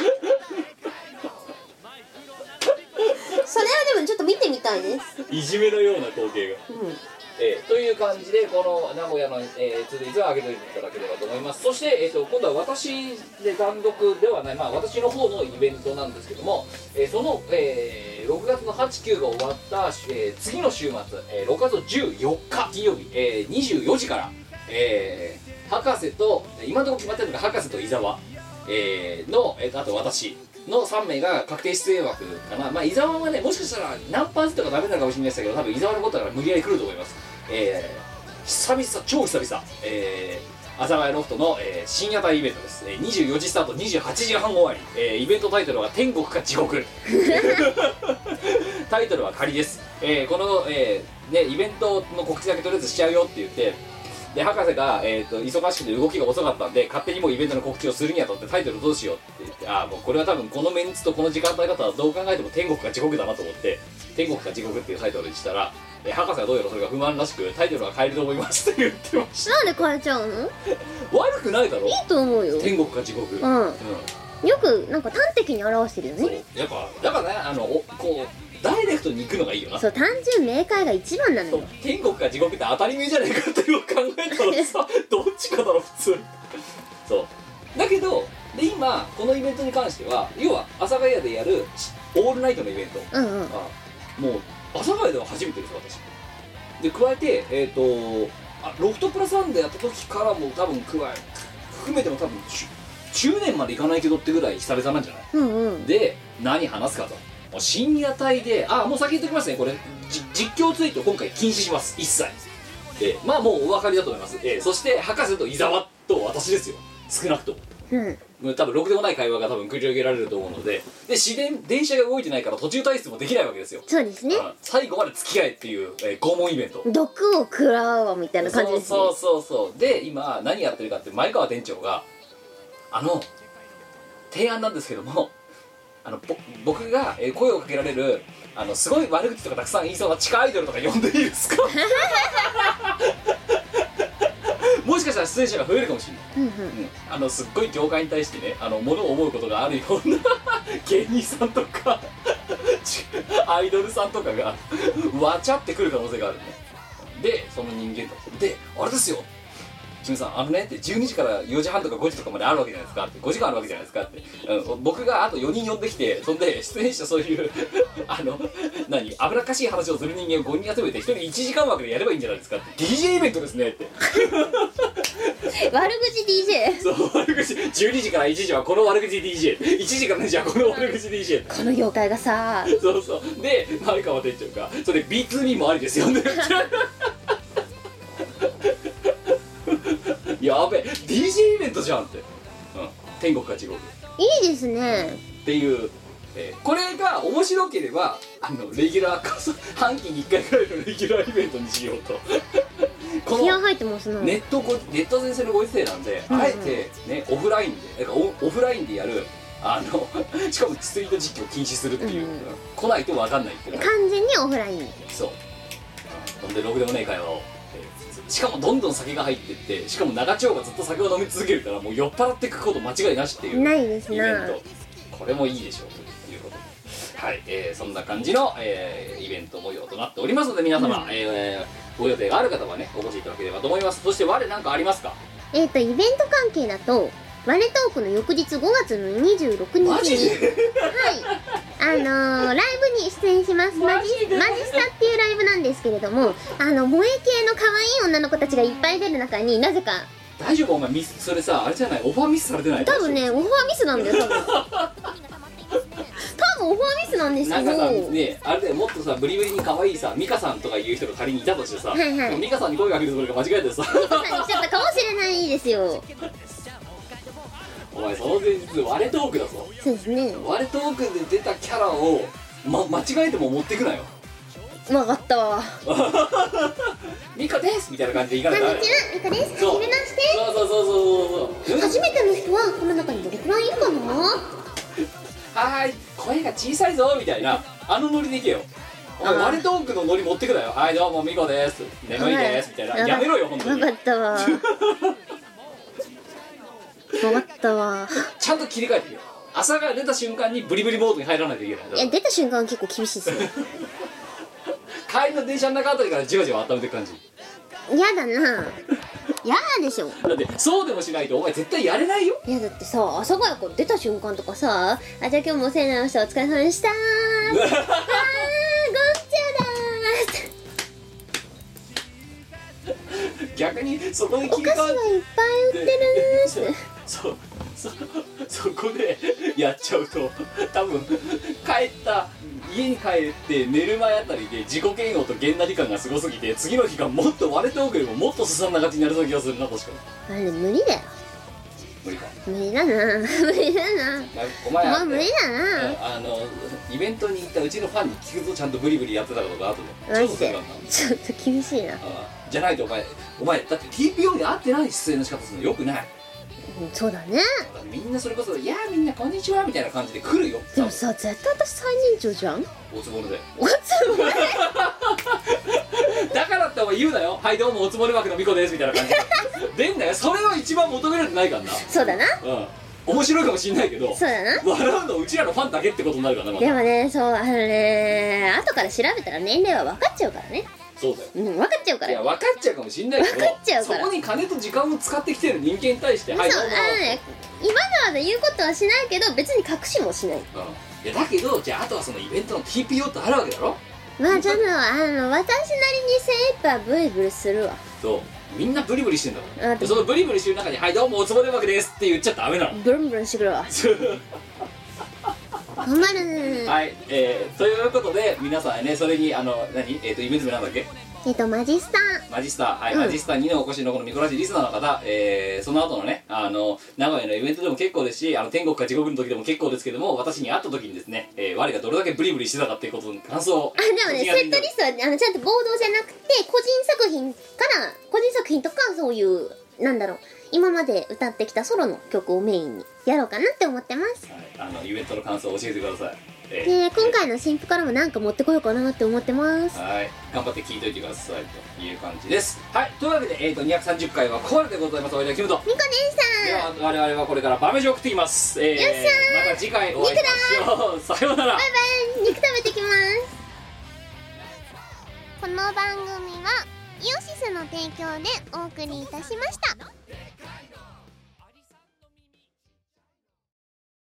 それはでもちょっと見てみたいです。 いじめのような光景が、という感じでこの名古屋の、2days は上げておいていただければと思います。そして、今度は私で単独ではない、私の方のイベントなんですけども、その、6月の8、9が終わった、次の週末、6月14日金曜日、24時から、博士と今のところ決まってるのが博士と伊沢、の、あと私の3名が確定出演枠かな。伊沢はね、もしかしたら何パーセントかダメなのかもしれないですけど、多分伊沢のことだから無理やり来ると思います。久々、超久々、阿佐ヶ谷ロフトの、深夜帯イベントです。24時スタート、28時半終わり、イベントタイトルは天国か地獄タイトルは仮です。この、イベントの告知だけとりあえずしちゃうよって言って、で博士が、忙しくて動きが遅かったんで、勝手にもうイベントの告知をするにあたってタイトルどうしようって言って、もうこれは多分このメンツとこの時間帯方はどう考えても天国か地獄だなと思って、天国か地獄っていうタイトルにしたら、博士がどうやらそれが不満らしく、タイトルは変えると思いますって言ってました。 なんで変えちゃうの？ 悪くないだろ。いいと思うよ。 天国か地獄。 よくなんか端的に表してるよね。 やっぱだからね、こうダイレクトに行くのがいいよな。 そう、単純明快が一番なのよ。 天国か地獄って当たり前じゃないかっていうのを考えたらさどっちかだろ普通。そうだけど、で今このイベントに関しては要は阿佐ヶ谷でやるオールナイトのイベント、もう阿佐ヶ谷では初めてです私で、加えてロフトプラスワンでやった時からも多分含めても多分10年までいかないけどってぐらい久々なんじゃない、で何話すかと、もう深夜帯でもう先言っておきますね、これ実況ツイート今回禁止します、一切。まあもうお分かりだと思います。そして博士と伊沢と私ですよ、少なくとも。多分ろくでもない会話が多分繰り広げられると思うので、電車が動いてないから途中退出もできないわけですよ。 そうですね。 最後まで付き合えっていう、拷問イベント。 毒を食らうわみたいな感じですね。 そうで今何やってるかって、前川店長が提案なんですけども、僕が声をかけられるすごい悪口とかたくさん言いそうな地下アイドルとか呼んでいいですかもしかしたら出演者が増えるかもしれない、すっごい業界に対してね物を思うことがあるような芸人さんとかアイドルさんとかがわちゃってくる可能性があるね。でその人間たちであれですよキムさんって12時から4時半とか5時とかまであるわけじゃないですかって、5時間あるわけじゃないですかって、僕があと4人呼んできて、そんで出演者そういう危なっかしい話をする人間を5人集めて1人1時間枠でやればいいんじゃないですかって、 DJ イベントですねって悪口 DJ。 そう悪口、12時から1時はこの悪口 DJ、 1時から2時はこの悪口 DJ、 この業界がさそうで前川店長がそれ B2B もありですよねやべえ DJ イベントじゃんって、天国か地獄いいですねっていう、これが面白ければレギュラー半期に1回ぐらいのレギュラーイベントにしようとこの気合入ってますね。 ネット先生のご時世なんで、あえてねオフラインでやるしかもツイート実況禁止するっていう、来ないと分かんないっていう、 完全にオフライン。 そうほんでろくでもない会話を、しかもどんどん酒が入ってって、しかも長丁がずっと酒を飲み続けるからもう酔っ払っていくこと間違いなしっていうないですな。 イベント、これもいいでしょうということで、はい、そんな感じの、イベント模様となっておりますので、皆様、ご予定がある方はねお越しいただければと思います。そして我何かありますか？ イベント関係だとワレトークの翌日5月の26日にマジでライブに出演します。マジスタっていうライブなんですけれども、萌え系の可愛い女の子たちがいっぱい出る中になぜか。 大丈夫お前それさあれじゃない、オファーミスされてない？ 多分ねオファーミスなんだよ多分オファーミスなんですけど、 なんかさねあれでもっとさブリブリに可愛いさミカさんとかいう人が仮にいたとしてさ、ミカさんに声かけるそれが間違えてさミカさんにしちゃったかもしれないですよお前その前日割れトークだぞ。 そうですね、 割れトークで出たキャラを、間違えても持ってくなよ。 分かったわミカですみたいな感じでいかないとこんにちはミカです。 そうはじめましてそう初めての人はこの中にどれくらいいるかな。 はーい声が小さいぞみたいなノリでいけよ。お前割れトークのノリ持ってくなよ。はいどうもミコです眠いですみたいな、やめろよ本当に。 分かったわ分かったわちゃんと切り替えてよ。朝が出た瞬間にブリブリモードに入らないといけない。 いや出た瞬間は結構厳しいっすよ帰りの電車の中あたりからじわじわ温めていく感じ。 やだなやだでしょ。 だってそうでもしないとお前絶対やれないよ。 いやだってさ阿佐ヶ谷から出た瞬間とかさじゃあ今日もお世話になりましたお疲れ様でしたーゴンチャだー逆にそこでお菓子はいっぱい売ってるーってそこでやっちゃうと多分家に帰って寝る前あたりで自己嫌悪とげんなり感がすごすぎて次の日がもっと割れトークよりももっとすさんだ感じになりそうな気がするな。確かにあれ無理だよ。 無理か。 無理だな無理だなお前は無理だなイベントに行ったうちのファンに聞くとちゃんとブリブリやってたことがあとでマジでちょっと厳しいな。 じゃないとお前だって TPO に合ってない出演の仕方するのよくない。 そうだね。 みんなそれこそいやみんなこんにちはみたいな感じで来るよ。 でもさ絶対私最年長じゃん。 おつぼねでおつぼねだからってお前言うなよ。はいどうもおつぼね枠のミコですみたいな感じで出んなよ。それを一番求められてないからな。 そうだな。 面白いかもしんないけど、 そうだな、 笑うのうちらのファンだけってことになるからな、また。 でもね、そう後から調べたら年齢は分かっちゃうからね。 そうだよ、 分かっちゃうから。 いや分かっちゃうかもしんないけど、 分かっちゃうからそこに金と時間を使ってきてる人間に対して、 そう、今まで言うことはしないけど別に隠しもしない。 いやだけど、じゃああとはそのイベントの TPO ってあるわけだろ。 まあちょっと私なりに精一杯ブリブリするわ。 そう、みんなブリブリしてんだから。そのブリブリしてる中に「はいどうもおつぼねまくです」って言っちゃダメなの。 ブルンブルンしてくるわ。ほんまるね。 はい、ということで皆さんね、それにイベント名なんだっけ、 マジスター。 マジスター、はい、マジスター2のお越しのこのミコラジリスナーの方、その後のね、名古屋のイベントでも結構ですし、天国か地獄の時でも結構ですけども、私に会った時にですね、我がどれだけブリブリしてたかっていうことの感想を。 でもね、セットリストはちゃんとボードじゃなくて、個人作品とか、そういうなんだろう、今まで歌ってきたソロの曲をメインにやろうかなって思ってます。 はい、イベントの感想を教えてください。 で、今回の新婦からもなんか持ってこようかなって思ってます。 はい、頑張って聞いといてくださいという感じです。はい、というわけで、230回はここまででございます。お相手はキムとミコ姉さん。では我々はこれからバメージを送ってきます。また次回お会いしましょう。さようなら。 バイバイ。肉食べてきます。この番組はイオシスの提供でお送りいたしました。